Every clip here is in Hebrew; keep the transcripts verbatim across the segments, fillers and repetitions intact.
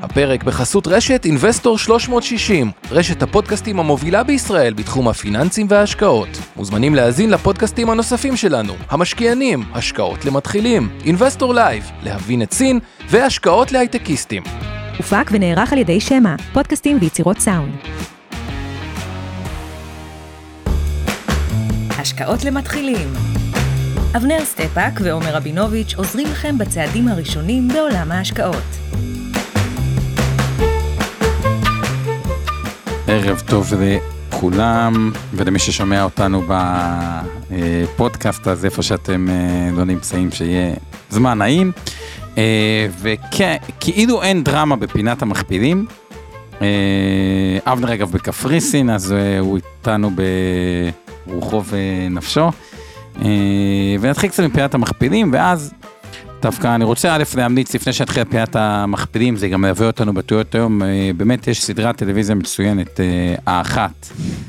הפרק בחסות רשת Investor שלוש מאות שישים, רשת הפודקאסטים המובילה בישראל בתחום הפיננסים וההשקעות. מוזמנים להאזין לפודקאסטים הנוספים שלנו, המשקיענים, השקעות למתחילים, Investor Live, להבין את סין והשקעות להייטקיסטים. הופק ונערך על ידי שמה, פודקאסטים ויצירות סאונד. השקעות למתחילים. אבנר סטפאק ועומר רבינוביץ' עוזרים לכם בצעדים הראשונים בעולם ההשקעות. ערב טוב לכולם, ולמי ששומע אותנו בפודקאסט הזה, איפה שאתם לא נמצאים, שיהיה זמן נעים. וכאילו אין דרמה בפינת המכפילים. אבנר אגב בקפריסין, אז הוא איתנו ברוחו ונפשו. ונתחיל קצת מפינת המכפילים, ואז דווקא אני רוצה א' להמליץ לפני שנתחיל פינת המכפילים, זה גם מלווה אותנו בטויות היום, באמת יש סדרת טלוויזיה מצוינת, האחת,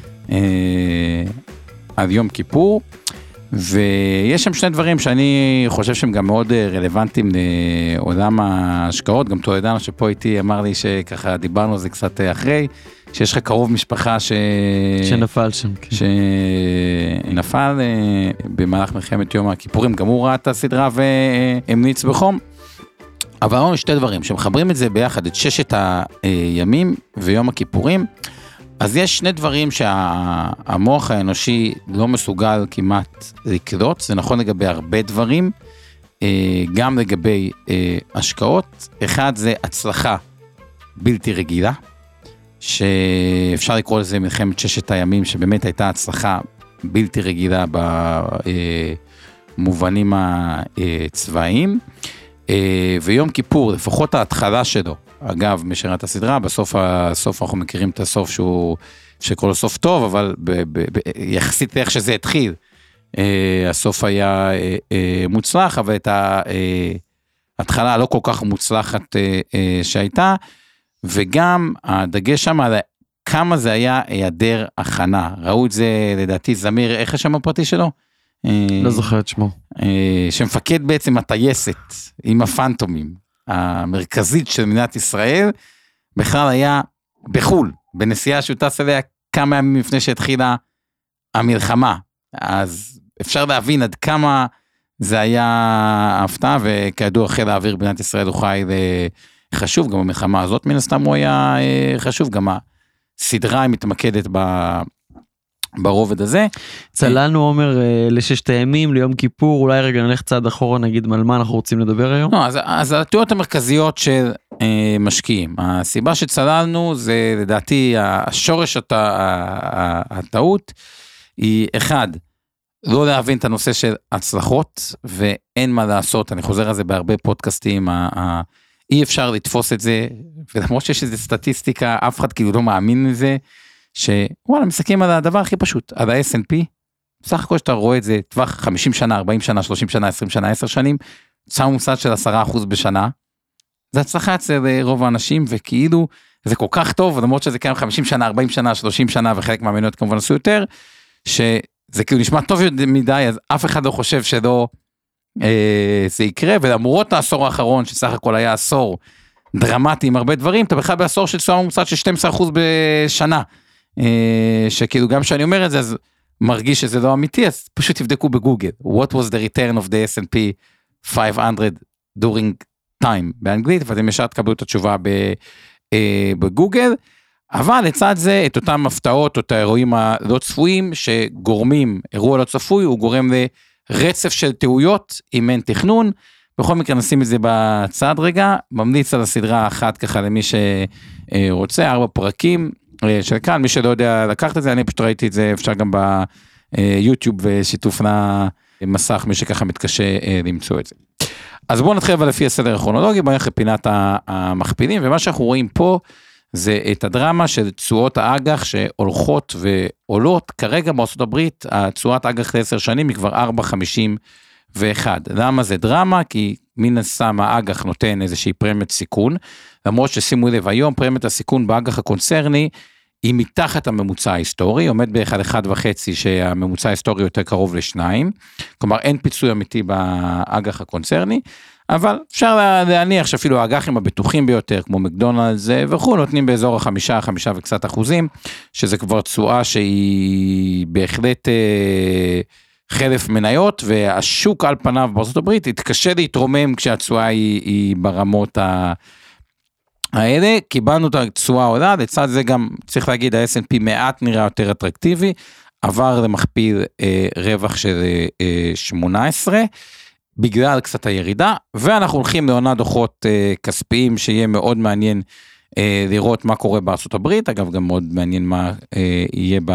על יום כיפור, ויש שם שני דברים שאני חושב שהם גם מאוד רלוונטיים לעולם ההשקעות, גם תועדנו שפה איתי אמר לי שככה דיברנו על זה קצת אחרי, שיש לך קרוב משפחה ש... שנפל שם, כן. שנפל במהלך מלחמת יום הכיפורים, גם הוא ראה את הסדרה והמליץ בחום. אבל אמרנו שתי דברים, שמחברים את זה ביחד, את ששת הימים ויום הכיפורים, אז יש שני דברים שהמוח האנושי לא מסוגל כמעט לקלוט, זה נכון לגבי הרבה דברים, גם לגבי השקעות. אחד זה הצלחה בלתי רגילה, שאפשר לקרוא לזה מלחמת ששת הימים, שבאמת הייתה הצלחה בלתי רגילה במובנים הצבאיים, ויום כיפור, לפחות ההתחלה שלו, אגב, משרת הסדרה, בסוף הסוף אנחנו מכירים את הסוף שהוא, שקורא לו סוף טוב, אבל ב, ב, ב, יחסית איך שזה התחיל, הסוף היה מוצלח, אבל את ההתחלה הלא כל כך מוצלחת שהייתה, וגם הדגש שם על כמה זה היה היעדר הכנה. ראו את זה לדעתי זמיר, איך השם הפרטי שלו? לא זוכר את שמו. שמפקד בעצם הטייסת עם הפנטומים, המרכזית של מדינת ישראל, בכלל היה בחול, בנסיעה שהוא טס אליה כמה ימים לפני שהתחילה המלחמה. אז אפשר להבין עד כמה זה היה הפתעה, וכידוע חיל האוויר במדינת ישראל הוא חי חשוב, גם המלחמה הזאת מן הסתם הוא היה חשוב, גם הסדרה מתמקדת ב... ברובד הזה. צללנו עומר לששת הימים, ליום כיפור, אולי רגע נלך צעד אחורה, נגיד על מה אנחנו רוצים לדבר היום? לא, אז, אז התיאוריות המרכזיות של אה, משקיעים, הסיבה שצללנו זה לדעתי השורש הת... הטעות, היא אחד, לא להבין את הנושא של הצלחות, ואין מה לעשות, אני חוזר על זה בהרבה פודקאסטים, ה... ה... אי אפשר לתפוס את זה, ולמרות שיש איזו סטטיסטיקה, אף אחד כאילו לא מאמין לזה, שוואלה, מסתכלים על הדבר הכי פשוט, על ה-אס אנד פי, בסך הכל שאתה רואה את זה, טווח חמישים שנה, ארבעים שנה, שלושים שנה, עשרים שנה, עשר שנים, צע מוסד של עשרה אחוז בשנה, זה הצלחה אצל רוב האנשים, וכאילו, זה כל כך טוב, למרות שזה קיים חמישים שנה, ארבעים שנה, שלושים שנה, וחלק מהמניות כמובן עשו יותר, שזה כאילו נשמע טוב מדי, אז אף אחד לא חושב שלא, אה, זה יקרה, ולמרות העשור האחרון, שסך הכל היה עשור דרמטי עם הרבה דברים, אתה בכלל בעשור של צועה מוסד של שנים עשר אחוז בשנה, שכאילו גם שאני אומר את זה, אז מרגיש שזה לא אמיתי, אז פשוט תבדקו בגוגל, what was the return of the אס אנד פי חמש מאות during time באנגלית, ואתם ישר תקבלו את התשובה בגוגל, אבל לצד זה, את אותם הפתעות, או את האירועים הלא צפויים, שגורמים, אירוע לא צפוי, הוא גורם לרצף של טעויות, אם אין תכנון, בכל מקרה נשים את זה בצד רגע, ממליץ על הסדרה האחת ככה למי שרוצה, ארבע פרקים, של כאן, מי שלא יודע לקחת את זה, אני פשוט ראיתי את זה, אפשר גם ביוטיוב ושיתוף למסך, מי שככה מתקשה למצוא את זה. אז בואו נתחיל אבל לפי הסדר הכרונולוגי, בואו נלך לפינת המכפילים, ומה שאנחנו רואים פה, זה את הדרמה של תשואות האג"ח שהולכות ועולות, כרגע בארצות הברית, התשואת האג"ח לעשר שנים היא כבר ארבע נקודה חמישים ואחת. למה זה דרמה? כי מן הסתם האג"ח נותן איזושהי פרמיית סיכון, למרות ששימו לב, היום פרמיית הסיכון באג"ח הקונצרני, היא מתחת הממוצע ההיסטורי, עומד באחד אחד וחצי שהממוצע ההיסטורי יותר קרוב לשניים, כלומר אין פיצוי אמיתי באג"ח הקונצרני, אבל אפשר להניח שאפילו האג"חים הבטוחים ביותר, כמו מקדונלדס וכו', נותנים באזור החמישה, חמישה וקצת אחוזים, שזה כבר תשואה שהיא בהחלט אה, חלף מניות, והשוק על פניו בארצות הברית יתקשה להתרומם כשהתשואה היא, היא ברמות ה... האלה. קיבלנו את התשואה עולה, לצד זה גם צריך להגיד, ה-אס אנד פי מעט נראה יותר אטרקטיבי, עבר למכפיל אה, רווח של אה, שמונה עשרה, בגלל קצת הירידה, ואנחנו הולכים לעונה דוחות אה, כספיים, שיהיה מאוד מעניין אה, לראות מה קורה בארצות הברית, אגב גם מאוד מעניין מה אה, יהיה בה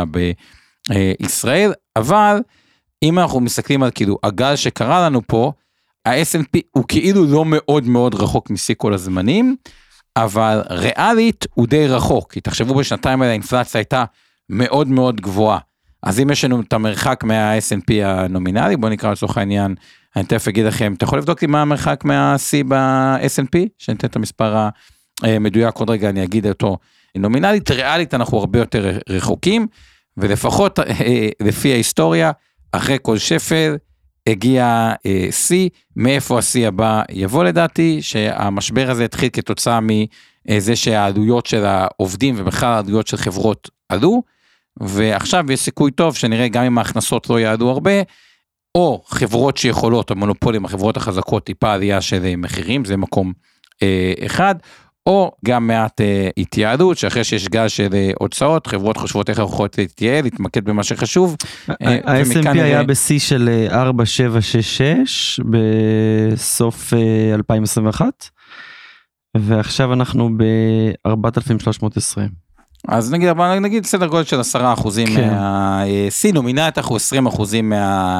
בישראל, אבל אם אנחנו מסתכלים על כאילו הגל שקרה לנו פה, ה-אס אנד פי הוא כאילו לא מאוד מאוד רחוק מסי כל הזמנים, אבל ריאלית הוא די רחוק, כי תחשבו בשנתיים האלה האינפלציה הייתה מאוד מאוד גבוהה, אז אם יש לנו את המרחק מה-אס אנד פי הנומינלי, בואו נקרא לצורך העניין, אני תכף אגיד לכם, אתה יכול לבדוק לי מה המרחק מה-C ב-אס אנד פי, שאני אתן את המספר המדויק, עוד רגע אני אגיד אותו נומינלית, ריאלית אנחנו הרבה יותר רחוקים, ולפחות לפי ההיסטוריה, אחרי כל שפל, הגיע C, מאיפה ה-C הבא יבוא לדעתי, שהמשבר הזה התחיל כתוצאה מזה שהעלויות של העובדים, ובכלל העלויות של חברות עלו, ועכשיו יש סיכוי טוב שנראה גם אם ההכנסות לא יעלו הרבה, או חברות שיכולות, המונופולים, החברות החזקות, טיפה עלייה של מחירים, זה מקום אה, אחד, או גם מעט אה, התייעלות, שאחרי שיש גל של אה, הוצאות, חברות חושבות איך יכולות להתייעל, להתמקד במה שחשוב. ה-אס אנד פי היה ב-C של ארבע שבע שש שש, בסוף אה, אלפיים עשרים ואחת, ועכשיו אנחנו ב-ארבעת אלפים שלוש מאות ועשרים. אז נגיד, נגיד סדר גודל של עשרה אחוזים כן. מה-C, נומינלית אנחנו עשרים אחוזים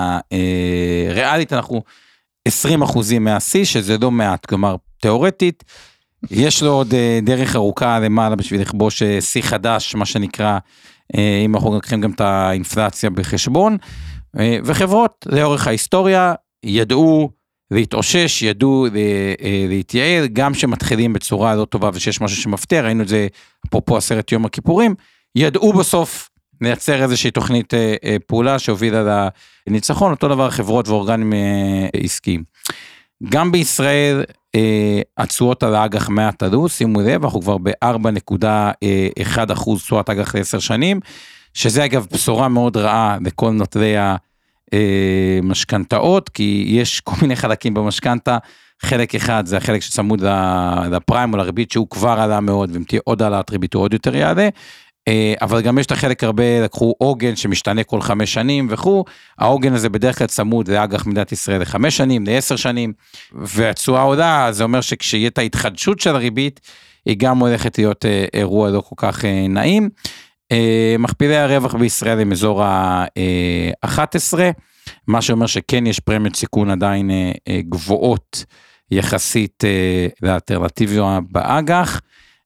מה-ריאלית, אנחנו עשרים אחוזים מה-C, שזה לא מעט, כלומר, תיאורטית, יש לו עוד דרך ארוכה למעלה בשביל לכבוש C חדש, מה שנקרא, אם אנחנו לוקחים גם את האינפלציה בחשבון, וחברות לאורך ההיסטוריה ידעו להתאושש, ידעו להתייעל, גם שמתחילים בצורה לא טובה ושיש משהו שמפתיע, ראינו את זה אפרופו עשרת יום הכיפורים, ידעו בסוף לייצר איזושהי תוכנית פעולה שהובילה לניצחון, אותו דבר חברות ואורגנים עסקיים. גם בישראל התשואות על האג"ח מעט עלו, שימו לב, אנחנו כבר ב-ארבע נקודה אחת אחוז תשואת אג"ח ל-עשר שנים, שזה אגב בשורה מאוד רעה לכל נוטלי משכנתאות, כי יש כל מיני חלקים במשכנתה, חלק אחד זה החלק שצמוד לפריים או לריבית שהוא כבר עלה מאוד, ואם תהיה עוד העלאת ריבית הוא עוד יותר יעלה, אבל גם יש את החלק הרבה, לקחו עוגן שמשתנה כל חמש שנים וכו', העוגן הזה בדרך כלל צמוד לאג"ח מדינת ישראל לחמש שנים, לעשר שנים, והתשואה עולה, זה אומר שכשיהיה את ההתחדשות של הריבית, היא גם הולכת להיות אירוע לא כל כך נעים, מכפילי הרווח בישראל הם אזור ה-אחת עשרה, מה שאומר שכן יש פרמיות סיכון עדיין גבוהות יחסית לאלטרנטיביה באג"ח.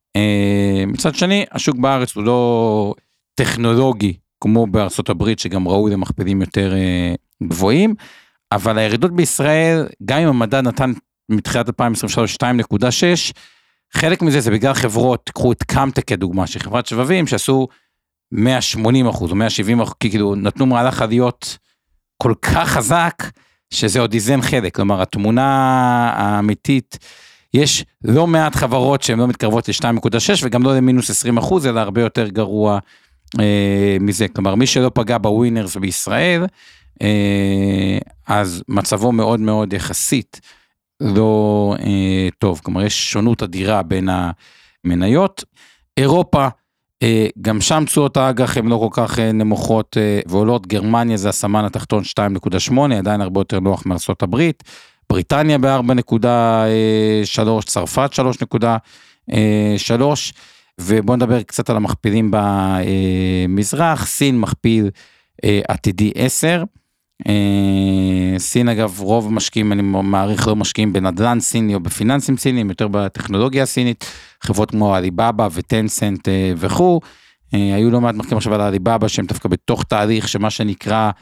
מצד שני, השוק בארץ הוא לא טכנולוגי כמו בארצות הברית, שגם ראוי למכפילים יותר גבוהים, אבל הירידות בישראל, גם אם המדד נתן מתחילת אלפיים עשרים ושלוש שתיים נקודה שש, חלק מזה זה בגלל חברות, קחו את קמטק כדוגמה, שחברת שבבים שעשו מאה ושמונים אחוז או מאה ושבעים אחוז, כי כאילו נתנו מהלך עליות כל כך חזק, שזה עוד איזן חלק, כלומר התמונה האמיתית, יש לא מעט חברות שהן לא מתקרבות ל-שתיים נקודה שש, וגם לא למינוס עשרים אחוז, אלא הרבה יותר גרוע אה, מזה, כלומר מי שלא פגע בווינרס בישראל, אה, אז מצבו מאוד מאוד יחסית לא אה, טוב, כלומר יש שונות אדירה בין המניות, אירופה, גם שם תשואות האג"ח הן לא כל כך נמוכות ועולות, גרמניה זה הסמן התחתון שתיים נקודה שמונה, עדיין הרבה יותר נוח מארצות הברית, בריטניה ב-ארבע נקודה שלוש, צרפת שלוש נקודה שלוש, ובואו נדבר קצת על המכפילים במזרח, סין מכפיל עתידי עשר, סין אגב רוב המשקיעים, אני מעריך לא משקיעים בנדל"ן סיני או בפיננסים סיניים, יותר בטכנולוגיה הסינית, חברות כמו אליבאבא וטנסנט וכו', היו לא מעט מחקרים עכשיו על אליבאבא שהם דווקא בתוך תהליך שמה שנקרא,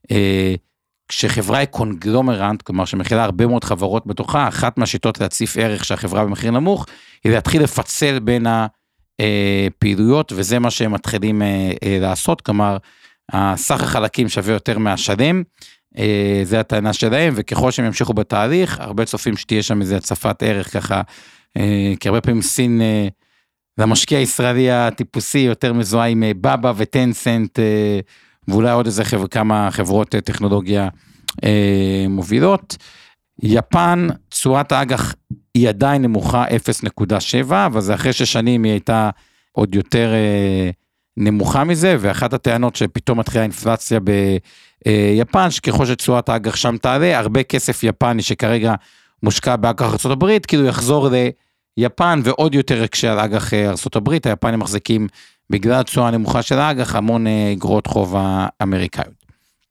כשחברה היא קונגלומרנט, כלומר שמכילה הרבה מאוד חברות בתוכה, אחת מהשיטות להציף ערך שהחברה במחיר נמוך, היא להתחיל לפצל בין הפעילויות, וזה מה שהם מתחילים לעשות, כלומר, הסך החלקים שווה יותר מהשלם, זה הטענה שלהם, וככל שהם ימשיכו בתהליך, הרבה צופים שתהיה שם איזה הצפת ערך ככה, כי הרבה פעמים סין, זה המשקיע הישראלי הטיפוסי, יותר מזוהה עם בבא וטנסנט, ואולי עוד איזה חבר, כמה חברות טכנולוגיה מובילות. יפן, תשואת האג"ח היא עדיין נמוכה אפס נקודה שבע, אבל זה אחרי ששנים היא הייתה עוד יותר נמוכה מזה, ואחת הטענות שפתאום מתחילה אינפלציה ביפן, שככל שתשואת האג"ח שם תעלה, הרבה כסף יפני שכרגע מושקע באג"ח ארצות הברית, כאילו יחזור ליפן, ועוד יותר יקשה על אג"ח ארצות הברית, היפנים מחזיקים בגלל התשואה הנמוכה של האג"ח, המון אגרות חוב האמריקאיות.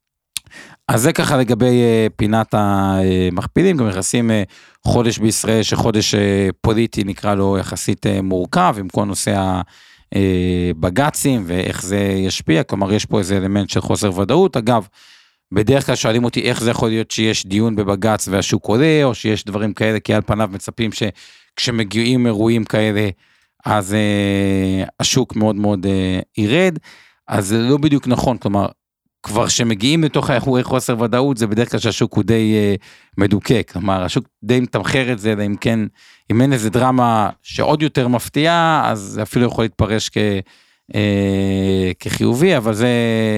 אז זה ככה לגבי פינת המכפילים, גם יחסים חודש בישראל, שחודש פוליטי נקרא לו יחסית מורכב, עם כל נושא הבג"צים ואיך זה ישפיע, כלומר יש פה איזה אלמנט של חוסר ודאות, אגב, בדרך כלל שואלים אותי איך זה יכול להיות שיש דיון בבג"ץ והשוק עולה, או שיש דברים כאלה, כי על פניו מצפים שכשמגיעים אירועים כאלה, אז השוק מאוד מאוד ירד, אז זה לא בדיוק נכון, כלומר, כבר שמגיעים לתוך האירועי חוסר ודאות, זה בדרך כלל שהשוק הוא די uh, מדוקק, כלומר, השוק די מתמחר את זה, אם כן, אם אין איזה דרמה שעוד יותר מפתיעה, אז זה אפילו יכול להתפרש כ, uh, כחיובי, אבל זה,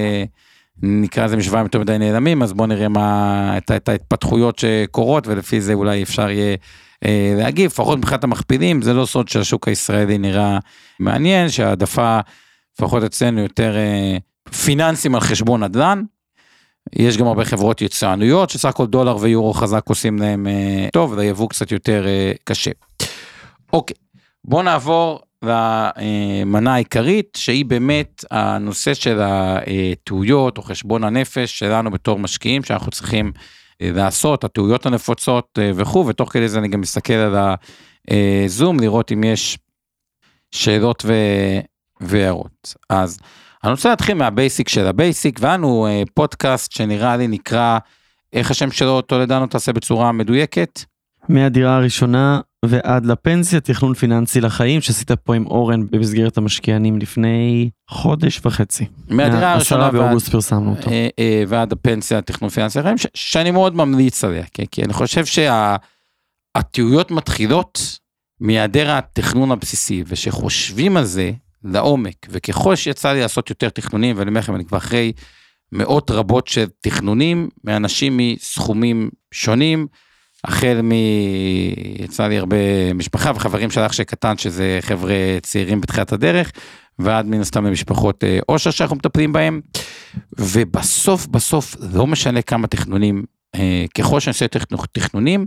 נקרא לזה משוואה יותר מדי נעלמים, אז בואו נראה מה, את, את ההתפתחויות שקורות, ולפי זה אולי אפשר יהיה uh, להגיב, לפחות מבחינת המכפילים, זה לא סוד שהשוק הישראלי נראה מעניין, שהעדפה, לפחות אצלנו יותר, uh, פיננסים על חשבון נדל"ן, יש גם הרבה חברות יצואניות, שסך הכל דולר ויורו חזק עושים להם אה, טוב, והיבוא קצת יותר אה, קשה. אוקיי, בואו נעבור למנה העיקרית, שהיא באמת הנושא של הטעויות, או חשבון הנפש שלנו בתור משקיעים, שאנחנו צריכים אה, לעשות, הטעויות הנפוצות אה, וכו', ותוך כדי זה אני גם מסתכל על הזום, לראות אם יש שאלות ו... והערות. אז אני רוצה להתחיל מהבייסיק של הבייסיק, ואנו פודקאסט שנראה לי נקרא, איך השם שלו תולדנו תעשה בצורה מדויקת? מהדירה הראשונה ועד לפנסיה, תכנון פיננסי לחיים, שעשית פה עם אורן במסגרת המשקיענים לפני חודש וחצי. מהדירה הראשונה באוגוסט פרסמנו אותו. ועד הפנסיה, תכנון פיננסי לחיים, שאני מאוד ממליץ עליה, כי אני חושב שהטעויות מתחילות מהיעדר התכנון הבסיסי, ושחושבים על זה, לעומק, וככל שיצא לי לעשות יותר תכנונים, ואני אומר לכם, אני כבר אחרי מאות רבות של תכנונים, מאנשים מסכומים שונים, החל מ... יצא לי הרבה משפחה וחברים של אח שקטן, שזה חבר'ה צעירים בתחילת הדרך, ועד מן הסתם למשפחות אושר שאנחנו מטפלים בהם, ובסוף, בסוף, לא משנה כמה תכנונים, ככל שאני עושה תכנונים,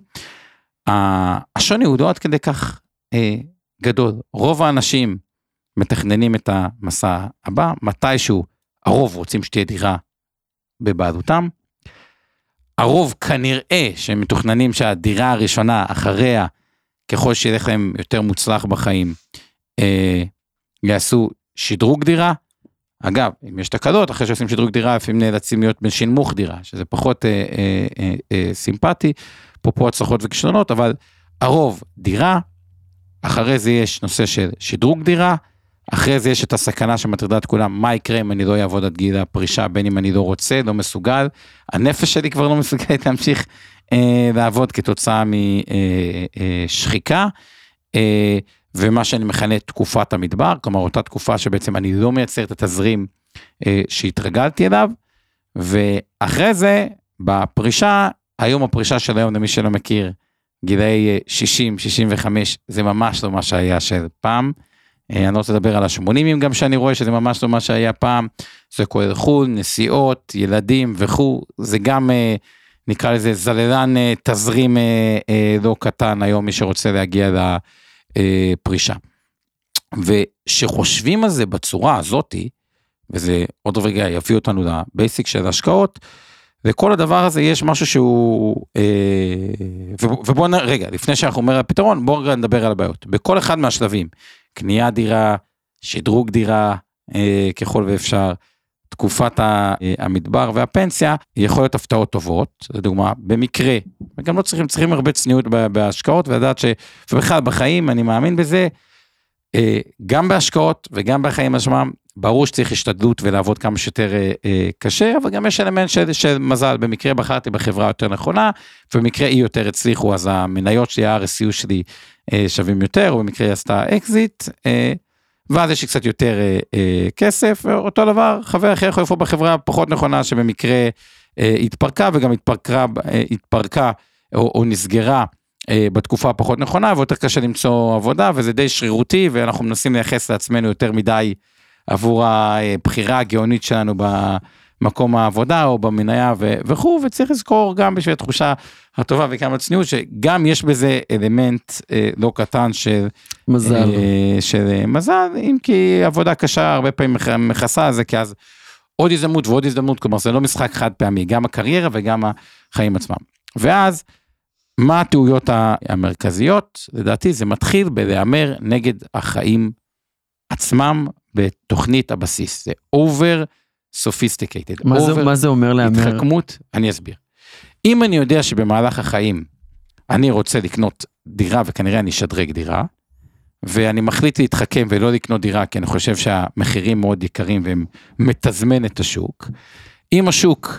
השוני הוא לא עד כדי כך גדול. רוב האנשים, מתכננים את המסע הבא, מתישהו הרוב רוצים שתהיה דירה בבעלותם, הרוב כנראה שהם מתוכננים שהדירה הראשונה אחריה, ככל שילך להם יותר מוצלח בחיים, אה, יעשו שדרוג דירה, אגב, אם יש תקלות, אחרי שעושים שדרוג דירה, לפעמים נאלצים להיות בשנמוך דירה, שזה פחות אה, אה, אה, אה, סימפטי, פה פה הצלחות וכישלונות, אבל הרוב דירה, אחרי זה יש נושא של שדרוג דירה, אחרי זה יש את הסכנה שמטרידה את כולם, מה יקרה אם אני לא אעבוד עד גיל הפרישה, בין אם אני לא רוצה, לא מסוגל, הנפש שלי כבר לא מסוגלת להמשיך אה, לעבוד כתוצאה משחיקה, אה, אה, ומה שאני מכנה תקופת המדבר, כלומר אותה תקופה שבעצם אני לא מייצר את התזרים אה, שהתרגלתי אליו, ואחרי זה, בפרישה, היום הפרישה של היום, למי שלא מכיר, גילי שישים שישים וחמש, זה ממש לא מה שהיה של פעם, אני לא רוצה לדבר על השמונים, גם שאני רואה שזה ממש לא מה שהיה פעם, זה כולל חול, נסיעות, ילדים וכו', זה גם נקרא לזה זללן תזרים לא קטן היום, מי שרוצה להגיע לפרישה. ושחושבים על זה בצורה הזאת, וזה עוד רגע יביא אותנו לבייסיק של השקעות, וכל הדבר הזה יש משהו שהוא, ובואו רגע, לפני שאנחנו אומר על הפתרון, בואו רגע נדבר על הבעיות. בכל אחד מהשלבים, קנייה דירה, שדרוג דירה, אה, ככל ואפשר, תקופת המדבר והפנסיה, יכול להיות הפתעות טובות, לדוגמה, במקרה, וגם לא צריכים, צריכים הרבה צניעות בהשקעות, ולדעת שבכלל בחיים, אני מאמין בזה, אה, גם בהשקעות וגם בחיים השמם, ברור שצריך השתדלות ולעבוד כמה שיותר אה, אה, קשה, אבל גם יש אלמנט של, של מזל, במקרה בחרתי בחברה יותר נכונה, ובמקרה היא יותר הצליחו, אז המניות שלי, ה-אר אס יו שלי אה, שווים יותר, ובמקרה היא עשתה אקזיט, אה, ואז יש לי קצת יותר אה, אה, כסף, ואותו דבר, חבר אחר יכול לפעול בחברה פחות נכונה, שבמקרה אה, התפרקה, וגם התפרקה, אה, התפרקה או, או נסגרה, בתקופה הפחות נכונה, ויותר קשה למצוא עבודה, וזה די שרירותי, ואנחנו מנסים לייחס לעצמנו יותר מדי עבור הבחירה הגאונית שלנו במקום העבודה, או במניה וכו', וצריך לזכור גם בשביל התחושה הטובה וגם הצניעות, שגם יש בזה אלמנט לא קטן של מזל, של מזל, אם כי עבודה קשה הרבה פעמים מכסה, זה כי אז עוד הזדמנות ועוד הזדמנות, כלומר זה לא משחק חד פעמי, גם הקריירה וגם החיים עצמם. ואז, מה הטעויות המרכזיות? לדעתי זה מתחיל בלהאמר נגד החיים עצמם בתוכנית הבסיס. זה over sophisticated. מה, over, זה, מה זה אומר להאמר? התחכמות, אני אסביר. אם אני יודע שבמהלך החיים אני רוצה לקנות דירה וכנראה אני אשדרג דירה, ואני מחליט להתחכם ולא לקנות דירה כי אני חושב שהמחירים מאוד יקרים והם מתזמן את השוק, אם השוק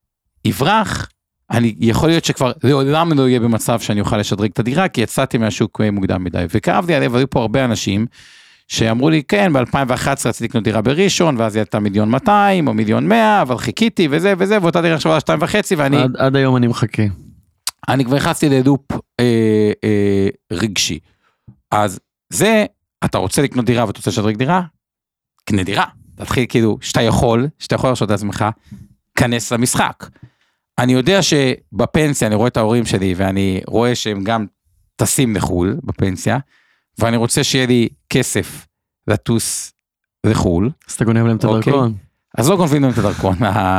יברח, אני יכול להיות שכבר לעולם לא יהיה במצב שאני אוכל לשדרג את הדירה, כי יצאתי מהשוק מוקדם מדי, וכאב לי עליו, היו פה הרבה אנשים, שאמרו לי, כן, ב-אלפיים ואחת עשרה רציתי לקנות דירה בראשון, ואז היא הייתה מיליון מאתיים, או מיליון מאה, אבל חיכיתי, וזה וזה, ואותה דירה עכשיו על שתיים וחצי, ואני... עד, עד היום אני מחכה. אני כבר נכנסתי ללופ אה, אה, רגשי. אז זה, אתה רוצה לקנות דירה, ואתה רוצה לשדרג דירה? קנה דירה. תתחיל כאילו, שאתה יכול, שאתה יכול לרשות את עצמך, כנס למשחק. אני יודע שבפנסיה, אני רואה את ההורים שלי, ואני רואה שהם גם טסים לחול בפנסיה, ואני רוצה שיהיה לי כסף לטוס לחול. אז אתה גונב להם את הדרכון. אז לא גונבים להם את הדרכון,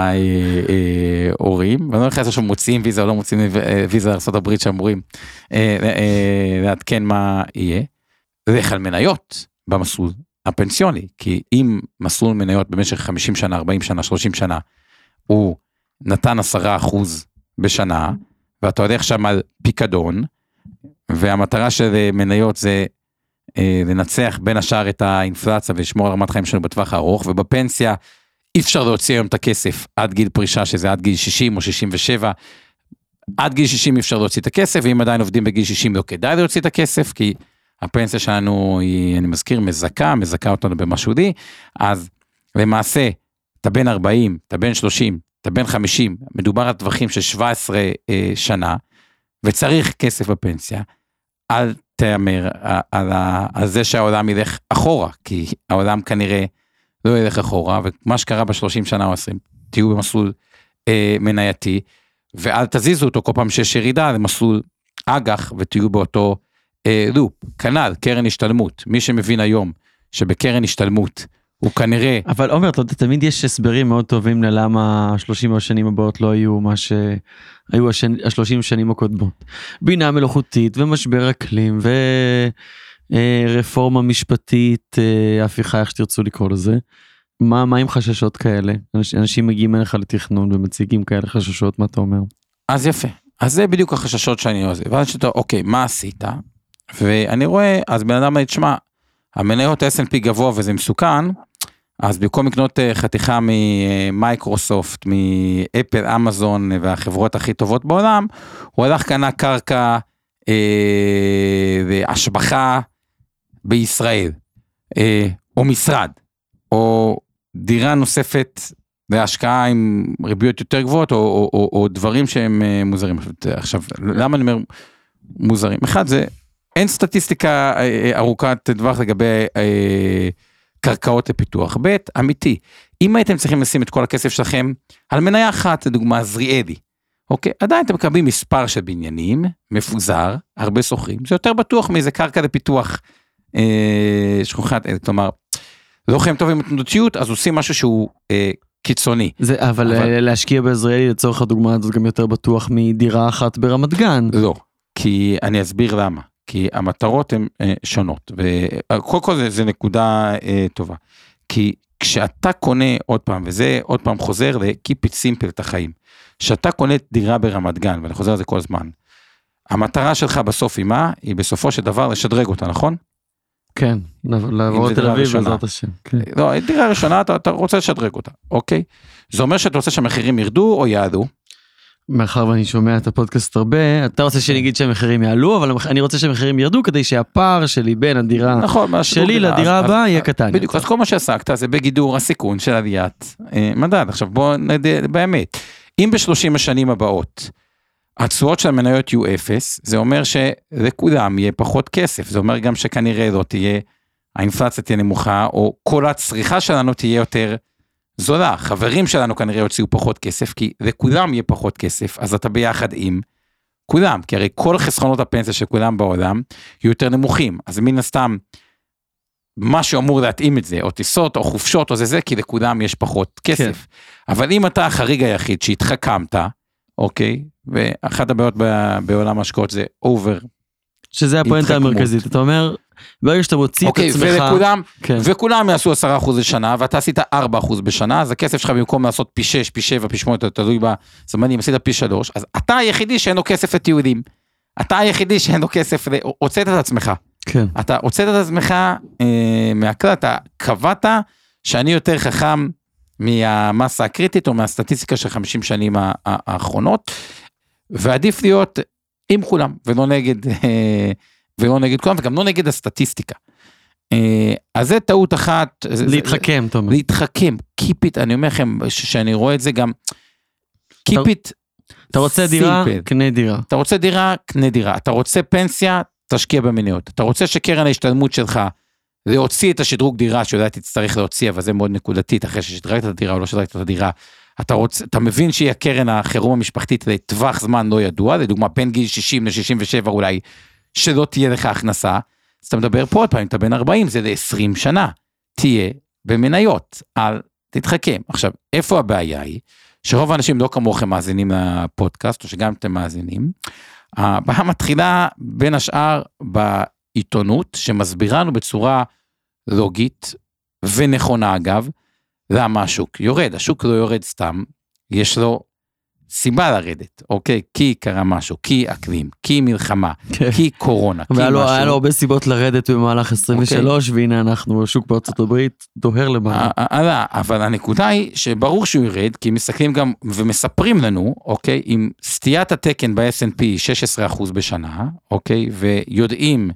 ההורים, ואני לא נכנס עכשיו מוציאים ויזה, או לא מוציאים ויזה לארצות הברית, שאמורים לעדכן מה יהיה. זה על מניות במסלול הפנסיוני, כי אם מסלול מניות במשך חמישים שנה, ארבעים שנה, שלושים שנה, הוא נתן עשרה אחוז בשנה, ואתה הולך שם על פיקדון, והמטרה של מניות זה אה, לנצח בין השאר את האינפלציה, ולשמור על רמת חיים שלנו בטווח הארוך, ובפנסיה אי אפשר להוציא היום את הכסף עד גיל פרישה, שזה עד גיל שישים או שישים ושבע, עד גיל שישים אי אפשר להוציא את הכסף, ואם עדיין עובדים בגיל שישים לא כדאי להוציא את הכסף, כי הפנסיה שלנו היא, אני מזכיר, מזכה, מזכה אותנו במשהו די, אז למעשה, אתה בין ארבעים, אתה בין שלושים, אתה בין חמישים, מדובר על טווחים של שבע עשרה אה, שנה, וצריך כסף בפנסיה, אל תאמר על, על זה שהעולם ילך אחורה, כי העולם כנראה לא ילך אחורה, ומה שקרה בשלושים שנה או עשרים, תהיו במסלול אה, מנייתי, ואל תזיזו אותו כל פעם שיש ירידה למסלול אג"ח, ותהיו באותו אה, לופ, כנ"ל, קרן השתלמות, מי שמבין היום שבקרן השתלמות, הוא כנראה... אבל עומר, אתה יודע, תמיד יש הסברים מאוד טובים ללמה השלושים השנים הבאות לא היו מה שהיו השלושים שנים הקודמות. בינה מלאכותית ומשבר אקלים ורפורמה משפטית, הפיכה, איך שתרצו לקרוא לזה. מה, מה עם חששות כאלה? אנשים מגיעים אליך לתכנון ומציגים כאלה חששות, מה אתה אומר? אז יפה. אז זה בדיוק החששות שאני עושה. ואז שאתה, אוקיי, מה עשית? ואני רואה, אז בן אדם תשמע, המניות ה-אס אנד פי גבוה וזה מסוכן, אז במקום לקנות חתיכה ממייקרוסופט, מאפל, אמזון והחברות הכי טובות בעולם, הוא הלך קנה קרקע אה, והשבחה בישראל, אה, או משרד, או דירה נוספת להשקעה עם ריביות יותר גבוהות, או, או, או, או דברים שהם מוזרים. עכשיו, למה אני אומר מוזרים? אחד, זה אין סטטיסטיקה ארוכת טווח לגבי אה, קרקעות לפיתוח. ב' אמיתי, אם הייתם צריכים לשים את כל הכסף שלכם על מניה אחת, לדוגמה זריאלי, אוקיי? עדיין אתם מקבלים מספר של בניינים, מפוזר, הרבה סוחרים, זה יותר בטוח מאיזה קרקע לפיתוח אה, שכוחת, כלומר, לא חיים טוב עם התנודתיות, אז עושים משהו שהוא אה, קיצוני. זה, אבל, אבל להשקיע בעזריאלי לצורך הדוגמה הזאת גם יותר בטוח מדירה אחת ברמת גן. לא, כי אני אסביר למה. כי המטרות הן אה, שונות, וכל כל זה, זה נקודה אה, טובה, כי כשאתה קונה עוד פעם, וזה עוד פעם חוזר ל-keep it simple את החיים, כשאתה קונה דירה ברמת גן, ואני חוזר על זה כל הזמן, המטרה שלך בסוף היא מה? היא בסופו של דבר לשדרג אותה, נכון? כן, לעבור לתל אביב בעזרת השם. לא, דירה ראשונה, אתה רוצה לשדרג אותה, אוקיי? זה אומר שאתה רוצה שהמחירים ירדו או יעדו? מאחר ואני שומע את הפודקאסט הרבה, אתה רוצה שאני אגיד שהמחירים יעלו, אבל אני רוצה שהמחירים ירדו, כדי שהפער שלי בין הדירה שלי לדירה הבאה יהיה קטן. בדיוק, אז כל מה שעסקת זה בגידור הסיכון של עליית מדד. עכשיו בואו נדע באמת, אם ב-שלושים השנים הבאות, התשואות של המניות יהיו אפס, זה אומר שלכולם יהיה פחות כסף, זה אומר גם שכנראה לא תהיה, האינפלציה תהיה נמוכה, או כל הצריכה שלנו תהיה יותר זולה, חברים שלנו כנראה יוציאו פחות כסף, כי לכולם יהיה פחות כסף, אז אתה ביחד עם כולם, כי הרי כל חסכונות הפנסיה של כולם בעולם, יהיו יותר נמוכים, אז מן הסתם, מה שאמור להתאים את זה, או טיסות, או חופשות, או זה זה, כי לכולם יש פחות כסף, כן. אבל אם אתה החריג היחיד שהתחכמת, אוקיי, ואחת הבעיות בעולם ההשקעות זה אובר, שזה הפואנטה המרכזית, אתה אומר, ברגע שאתה מוציא את עצמך, וכולם, כן. וכולם יעשו עשרה אחוז בשנה, ואתה עשית ארבעה אחוז בשנה, אז הכסף שלך במקום לעשות פי שש, פי שבע, פי שמונה, תלוי בזמנים, עשית פי שלוש, אז אתה היחידי שאין לו כסף לטיולים, אתה היחידי שאין לו כסף, הוצאת את עצמך, כן. אתה הוצאת את עצמך אה, מהכלל, אתה קבעת שאני יותר חכם מהמסה הקריטית, או מהסטטיסטיקה של חמישים שנים האחרונות, ועדיף להיות עם כולם, ולא נגד... אה, ולא נגד כולם, וגם לא נגד הסטטיסטיקה. אז זה טעות אחת. להתחכם, תומר. להתחכם, keep it, אני אומר לכם, שאני רואה את זה גם, keep it. אתה רוצה דירה, קנה דירה. אתה רוצה דירה, קנה דירה. אתה רוצה פנסיה, תשקיע במניות. אתה רוצה שקרן ההשתלמות שלך, להוציא את השדרוג דירה, שאולי תצטרך להוציא, אבל זה מאוד נקודתית, אחרי ששדרגת את הדירה או לא שדרגת את הדירה, אתה רוצה, אתה מבין שהיא הקרן החירום המשפחתית, לטווח זמן לא ידוע, לדוגמה, בין גיל שישים ל-שישים ושבע אולי, שלא תהיה לך הכנסה, אז אתה מדבר פה עוד פעם, אתה בן ארבעים, זה ל-עשרים שנה, תהיה במניות, אל תתחכם. עכשיו, איפה הבעיה היא? שרוב האנשים לא כמוכם מאזינים לפודקאסט, או שגם אתם מאזינים, הבעיה מתחילה בין השאר בעיתונות, שמסבירה לנו בצורה לוגית, ונכונה אגב, למה השוק יורד, השוק לא יורד סתם, יש לו סיבה לרדת, אוקיי? כי קרה משהו, כי אקלים, כי מלחמה, כי קורונה, כי משהו. היה לו הרבה סיבות לרדת במהלך עשרים ושלוש, והנה אנחנו, השוק בארצות הברית, דוהר למעלה. אבל הנקודה היא שברור שהוא ירד, כי מסתכלים גם ומספרים לנו, אוקיי? עם סטיית התקן ב-אס אנד פי שש עשרה אחוז בשנה, אוקיי? ויודעים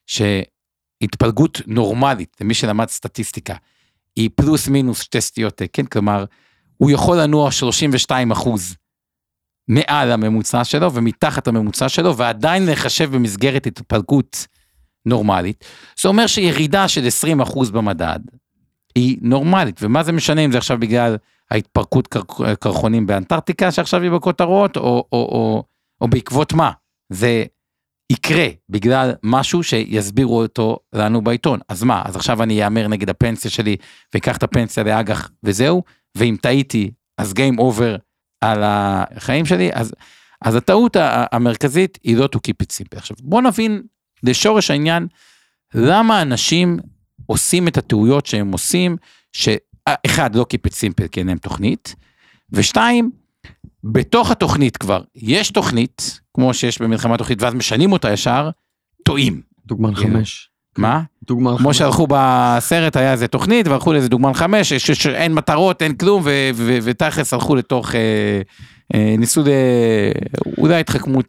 שהתפלגות נורמלית, למי שלמד סטטיסטיקה, היא פלוס מינוס שתי סטיות תקן, כלומר, הוא יכול לנוע שלושים ושתיים אחוז מעל הממוצע שלו, ומתחת הממוצע שלו, ועדיין לחשב במסגרת התפלגות נורמלית. זה אומר שירידה של עשרים אחוז במדד, היא נורמלית, ומה זה משנה אם זה עכשיו בגלל ההתפרקות קר... קרחונים באנטארקטיקה, שעכשיו היא בכותרות, או, או, או, או בעקבות מה? זה יקרה, בגלל משהו שיסבירו אותו לנו בעיתון. אז מה? אז עכשיו אני יאמר נגד הפנסיה שלי, ויקח את הפנסיה לאג"ח, וזהו, ואם טעיתי, אז game over, על החיים שלי, אז, אז הטעות המרכזית היא לא to keep it simple. עכשיו, בוא נבין לשורש העניין, למה אנשים עושים את הטעויות שהם עושים, שאחד, לא keep it simple, כי אין להם תוכנית, ושתיים, בתוך התוכנית כבר, יש תוכנית, כמו שיש במלחמה תוכנית, ואז משנים אותה ישר, טועים. דוגמן חמש. מה? דוגמן כמו שהלכו בסרט, היה איזה תוכנית, והלכו לאיזה דוגמן חמש, שאין מטרות, אין כלום, ותכלס הלכו לתוך, ניסו אולי התחכמות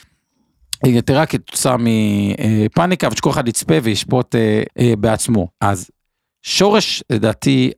יתרה כתוצאה מפאניקה, ושכל אחד יצפה וישפוט בעצמו. אז שורש, לדעתי,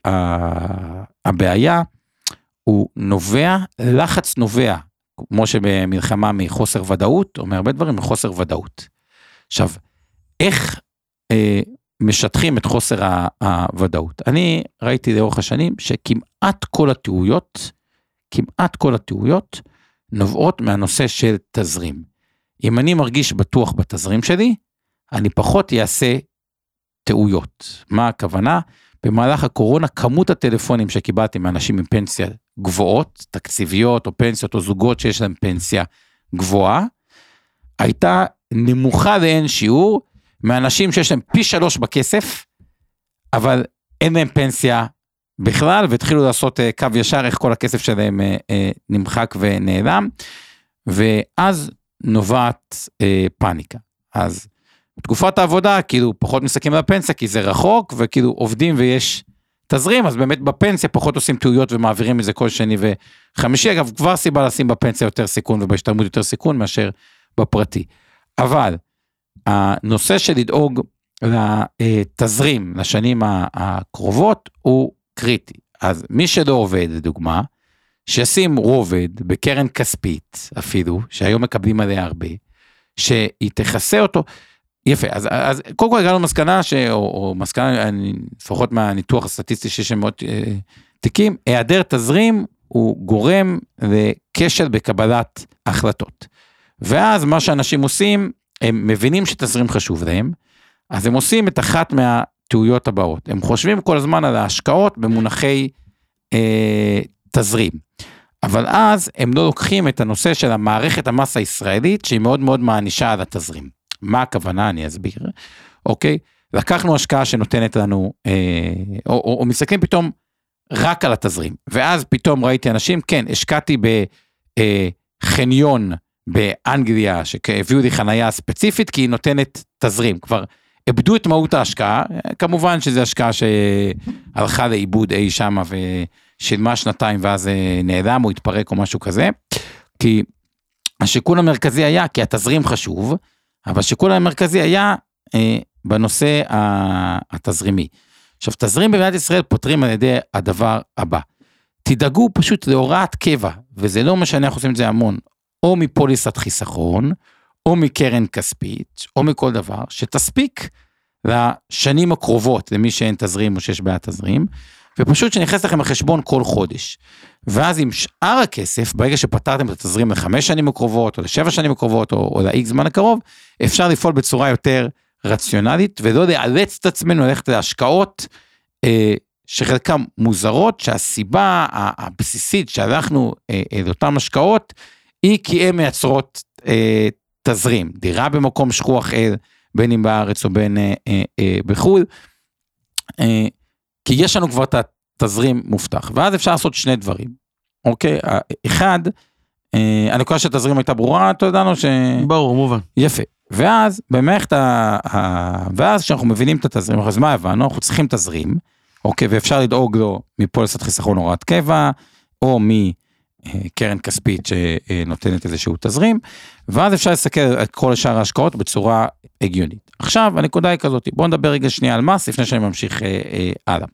הבעיה, הוא נובע, לחץ נובע, כמו שבמלחמה מחוסר ודאות, או מהרבה דברים מחוסר ודאות. עכשיו, איך אה, משטחים את חוסר הוודאות? אני ראיתי לאורך השנים שכמעט כל הטעויות, כמעט כל הטעויות, נובעות מהנושא של תזרים. אם אני מרגיש בטוח בתזרים שלי, אני פחות אעשה טעויות. מה הכוונה? במהלך הקורונה, כמות הטלפונים שקיבלתי מאנשים עם פנסיה גבוהות, תקציביות או פנסיות או זוגות שיש להם פנסיה גבוהה, הייתה נמוכה לאין שיעור, מאנשים שיש להם פי שלוש בכסף, אבל אין להם פנסיה בכלל, והתחילו לעשות קו ישר, איך כל הכסף שלהם נמחק ונעלם, ואז נובעת פאניקה. אז תקופת העבודה, כאילו פחות מסתכלים על הפנסיה, כי זה רחוק, וכאילו עובדים ויש תזרים, אז באמת בפנסיה פחות עושים טעויות ומעבירים את זה כל שני וחמישי, אגב, כבר סיבה לשים בפנסיה יותר סיכון, ובהשתלמות יותר סיכון מאשר בפרטי. אבל, הנושא של לדאוג לתזרים לשנים הקרובות, הוא קריטי. אז מי שלא עובד, לדוגמה, שישים רובד בקרן כספית, אפילו, שהיום מקבלים עליה הרבה, שהיא תכסה אותו, יפה, אז, אז קודם כל הגענו מסקנה, ש, או, או מסקנה, לפחות מהניתוח הסטטיסטי שיש מאוד אה, תיקים, היעדר תזרים הוא גורם לכשל בקבלת החלטות. ואז מה שאנשים עושים, הם מבינים שתזרים חשוב להם, אז הם עושים את אחת מהטעויות הבאות. הם חושבים כל הזמן על ההשקעות במונחי אה, תזרים. אבל אז הם לא לוקחים את הנושא של המערכת המס הישראלית, שהיא מאוד מאוד מענישה על התזרים. מה הכוונה? אני אסביר. אוקיי? לקחנו השקעה שנותנת לנו, אה, או, או, או מסתכלים פתאום רק על התזרים. ואז פתאום ראיתי אנשים, כן, השקעתי בחניון באנגליה, שהביאו לי חנייה ספציפית, כי היא נותנת תזרים. כבר איבדו את מהות ההשקעה, כמובן שזו השקעה שהלכה לאיבוד אי שמה, ושילמה שנתיים, ואז נעלם או התפרק או משהו כזה, כי השיקול המרכזי היה, כי התזרים חשוב, אבל השיקול המרכזי היה אה, בנושא התזרימי. עכשיו, תזרים במדינת ישראל פותרים על ידי הדבר הבא. תדאגו פשוט להוראת קבע, וזה לא משנה, אנחנו עושים את זה המון, או מפוליסת חיסכון, או מקרן כספית, או מכל דבר, שתספיק לשנים הקרובות, למי שאין תזרים או שיש בעיה תזרים, ופשוט שנכנס לכם לחשבון כל חודש. ואז עם שאר הכסף, ברגע שפתרתם את התזרים לחמש שנים הקרובות, או לשבע שנים הקרובות, או, או לאיקס זמן הקרוב, אפשר לפעול בצורה יותר רציונלית, ולא לאלץ את עצמנו ללכת להשקעות, אה, שחלקם מוזרות, שהסיבה הבסיסית שהלכנו אה, לאותן השקעות, היא כי הן מייצרות אה, תזרים, דירה במקום שכוח אל, בין אם בארץ או בין אה, אה, אה, בחול, אה, כי יש לנו כבר את התזרים מובטח, ואז אפשר לעשות שני דברים, אוקיי? אחד, אה, אני חושב שהתזרים הייתה ברורה, אתה יודענו ש... ברור, מובן. יפה, ואז במערכת ה... ה... ואז כשאנחנו מבינים את התזרים, אז מה הבנו? אנחנו צריכים תזרים, אוקיי, ואפשר לדאוג לו מפוליסת חיסכון הוראת קבע, או מקרן כספית שנותנת איזשהו תזרים, ואז אפשר לסתכל על כל שאר ההשקעות בצורה הגיונית. עכשיו, הנקודה היא כזאת, בואו נדבר רגע שנייה על מס, לפני שאני ממשיך אה, אה, הלאה.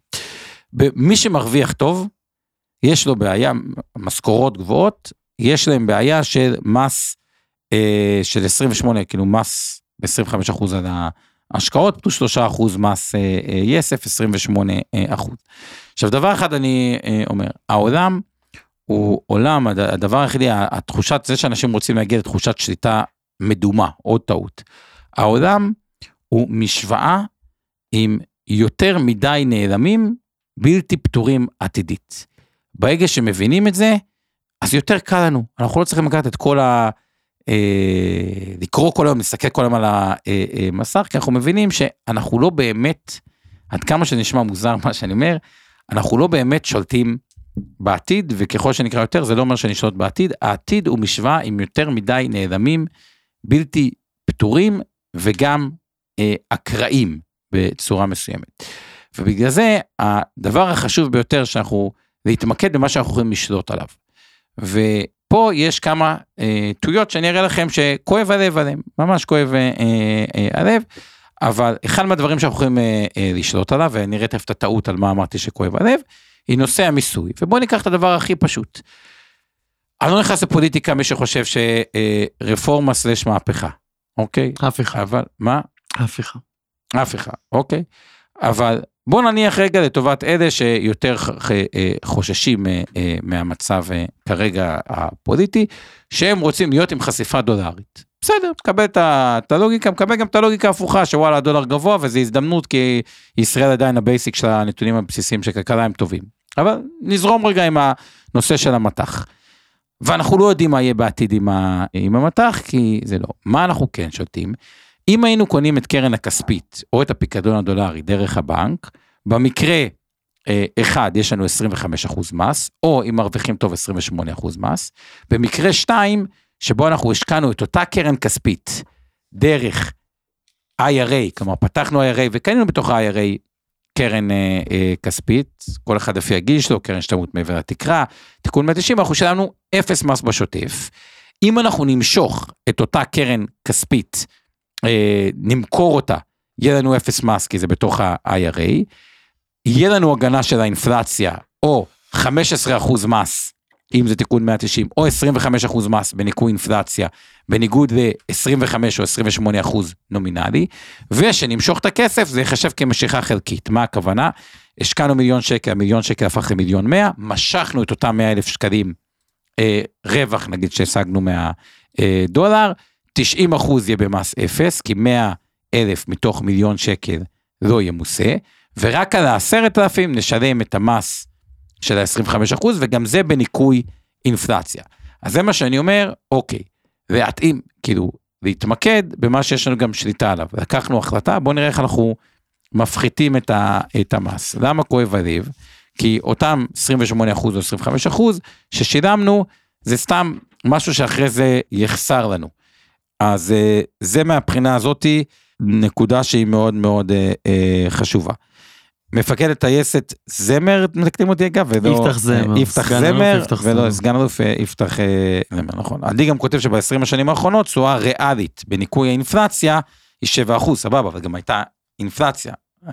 מי שמרוויח טוב, יש לו בעיה, משכורות גבוהות, יש להם בעיה של מס אה, של עשרים ושמונה, כאילו מס ב-עשרים וחמישה אחוז על ההשקעות, פלוס שלושה אחוז מס אה, אה, יסף, עשרים ושמונה אחוז. עכשיו, דבר אחד אני אה, אומר, העולם הוא עולם, הדבר היחידי, התחושת, זה שאנשים רוצים להגיע לתחושת שליטה מדומה, עוד טעות. העולם הוא משוואה עם יותר מדי נעלמים, בלתי פתורים עתידית. ברגע שמבינים את זה, אז יותר קל לנו. אנחנו לא צריכים לקחת את כל ה... אה, לקרוא כל היום, להסתכל כל היום על המסך, כי אנחנו מבינים שאנחנו לא באמת, עד כמה שנשמע מוזר מה שאני אומר, אנחנו לא באמת שולטים בעתיד, וככל שנקרא יותר, זה לא אומר שנשלוט בעתיד, העתיד הוא משוואה עם יותר מדי נעלמים, בלתי פתורים, וגם אה, אקראיים בצורה מסוימת. ובגלל זה, הדבר החשוב ביותר שאנחנו, להתמקד במה שאנחנו יכולים לשלוט עליו. ופה יש כמה אה, טעויות שאני אראה לכם שכואב הלב עליהם, ממש כואב אה, אה, הלב, אבל אחד מהדברים שאנחנו יכולים אה, אה, לשלוט עליו, ונראה תכף את הטעות על מה אמרתי שכואב הלב, היא נושא המיסוי. ובואו ניקח את הדבר הכי פשוט. אני לא נכנס לפוליטיקה מי שחושב שרפורמה סלש מהפכה. אוקיי? הפיכה. אבל, מה? הפיכה. הפיכה, אוקיי? אבל בוא נניח רגע לטובת אלה שיותר חוששים מהמצב כרגע הפוליטי, שהם רוצים להיות עם חשיפה דולרית. בסדר, מקבל את הלוגיקה, מקבל גם את הלוגיקה ההפוכה, שוואלה הדולר גבוה, וזו הזדמנות, כי ישראל עדיין הבייסיק של הנתונים הבסיסיים של כלכלה הם טובים. אבל נזרום רגע עם הנושא של המתח. ואנחנו לא יודעים מה יהיה בעתיד עם, ה, עם המתח, כי זה לא. מה אנחנו כן שותים? אם היינו קונים את קרן הכספית, או את הפיקדון הדולרי דרך הבנק, במקרה אה, אחד יש לנו עשרים וחמישה אחוז מס, או אם מרוויחים טוב עשרים ושמונה אחוז מס, במקרה שתיים, שבו אנחנו השקענו את אותה קרן כספית, דרך איי אר איי, כלומר פתחנו איי אר איי וקנינו בתוך ה-איי אר איי קרן אה, אה, כספית, כל אחד לפי הגיל שלו, קרן השתלמות מעבר לתקרה, תיקון מאה תשעים, אנחנו שלנו אפס מס בשוטף. אם אנחנו נמשוך את אותה קרן כספית, אה, נמכור אותה, יהיה לנו אפס מס, כי זה בתוך ה-איי אר איי, יהיה לנו הגנה של האינפלציה, או חמישה עשר אחוז מס, אם זה תיקון מאה תשעים, או עשרים וחמישה אחוז מס בניכוי אינפלציה, בניגוד ל-עשרים וחמישה או עשרים ושמונה אחוז נומינלי, ושנמשוך את הכסף, זה יחשב כמשיכה חלקית. מה הכוונה? השקענו מיליון שקל, מיליון שקל הפך למיליון מאה, משכנו את אותם מאה אלף שקלים, אה, רווח נגיד שהשגנו מהדולר, תשעים אחוז יהיה במס אפס, כי מאה אלף מתוך מיליון שקל לא ימוסה, ורק על העשרת אלפים נשלם את המס של ה-עשרים וחמישה אחוז, וגם זה בניקוי אינפלציה. אז זה מה שאני אומר, אוקיי, להתאים, כאילו, להתמקד במה שיש לנו גם שליטה עליו. לקחנו החלטה, בואו נראה איך אנחנו מפחיתים את, ה, את המס. למה כואב הלב? כי אותם עשרים ושמונה אחוז או עשרים וחמישה אחוז ששילמנו, זה סתם משהו שאחרי זה יחסר לנו. אז זה מהבחינה הזאת נקודה שהיא מאוד מאוד אה, חשובה. מפקד הטייסת זמר, מתקדים אותי אגב, ולא... יפתח זמר. יפתח זמר, ולא, סגן אלוף יפתח זמר, נכון. אני גם כותב שב-עשרים השנים האחרונות, תשואה ריאלית בניקוי האינפלציה, היא שבעה אחוז, סבבה, אבל גם הייתה אינפלציה.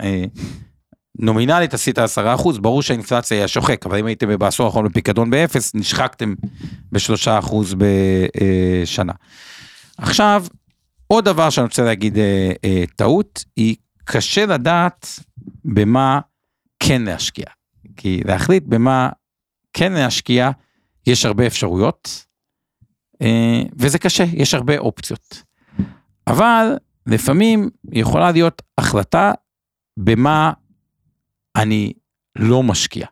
נומינלית עשית עשרה אחוז, ברור שהאינפלציה היא השוחק, אבל אם הייתם בעשור האחרון בפיקדון באפס, נשחקתם בשלושה אחוז בשנה. עכשיו, עוד דבר שאני רוצה להגיד טעות, היא קשה לדעת במה כן להשקיע. כי להחליט במה כן להשקיע, יש הרבה אפשרויות, וזה קשה, יש הרבה אופציות. אבל לפעמים יכולה להיות החלטה במה אני לא משקיע.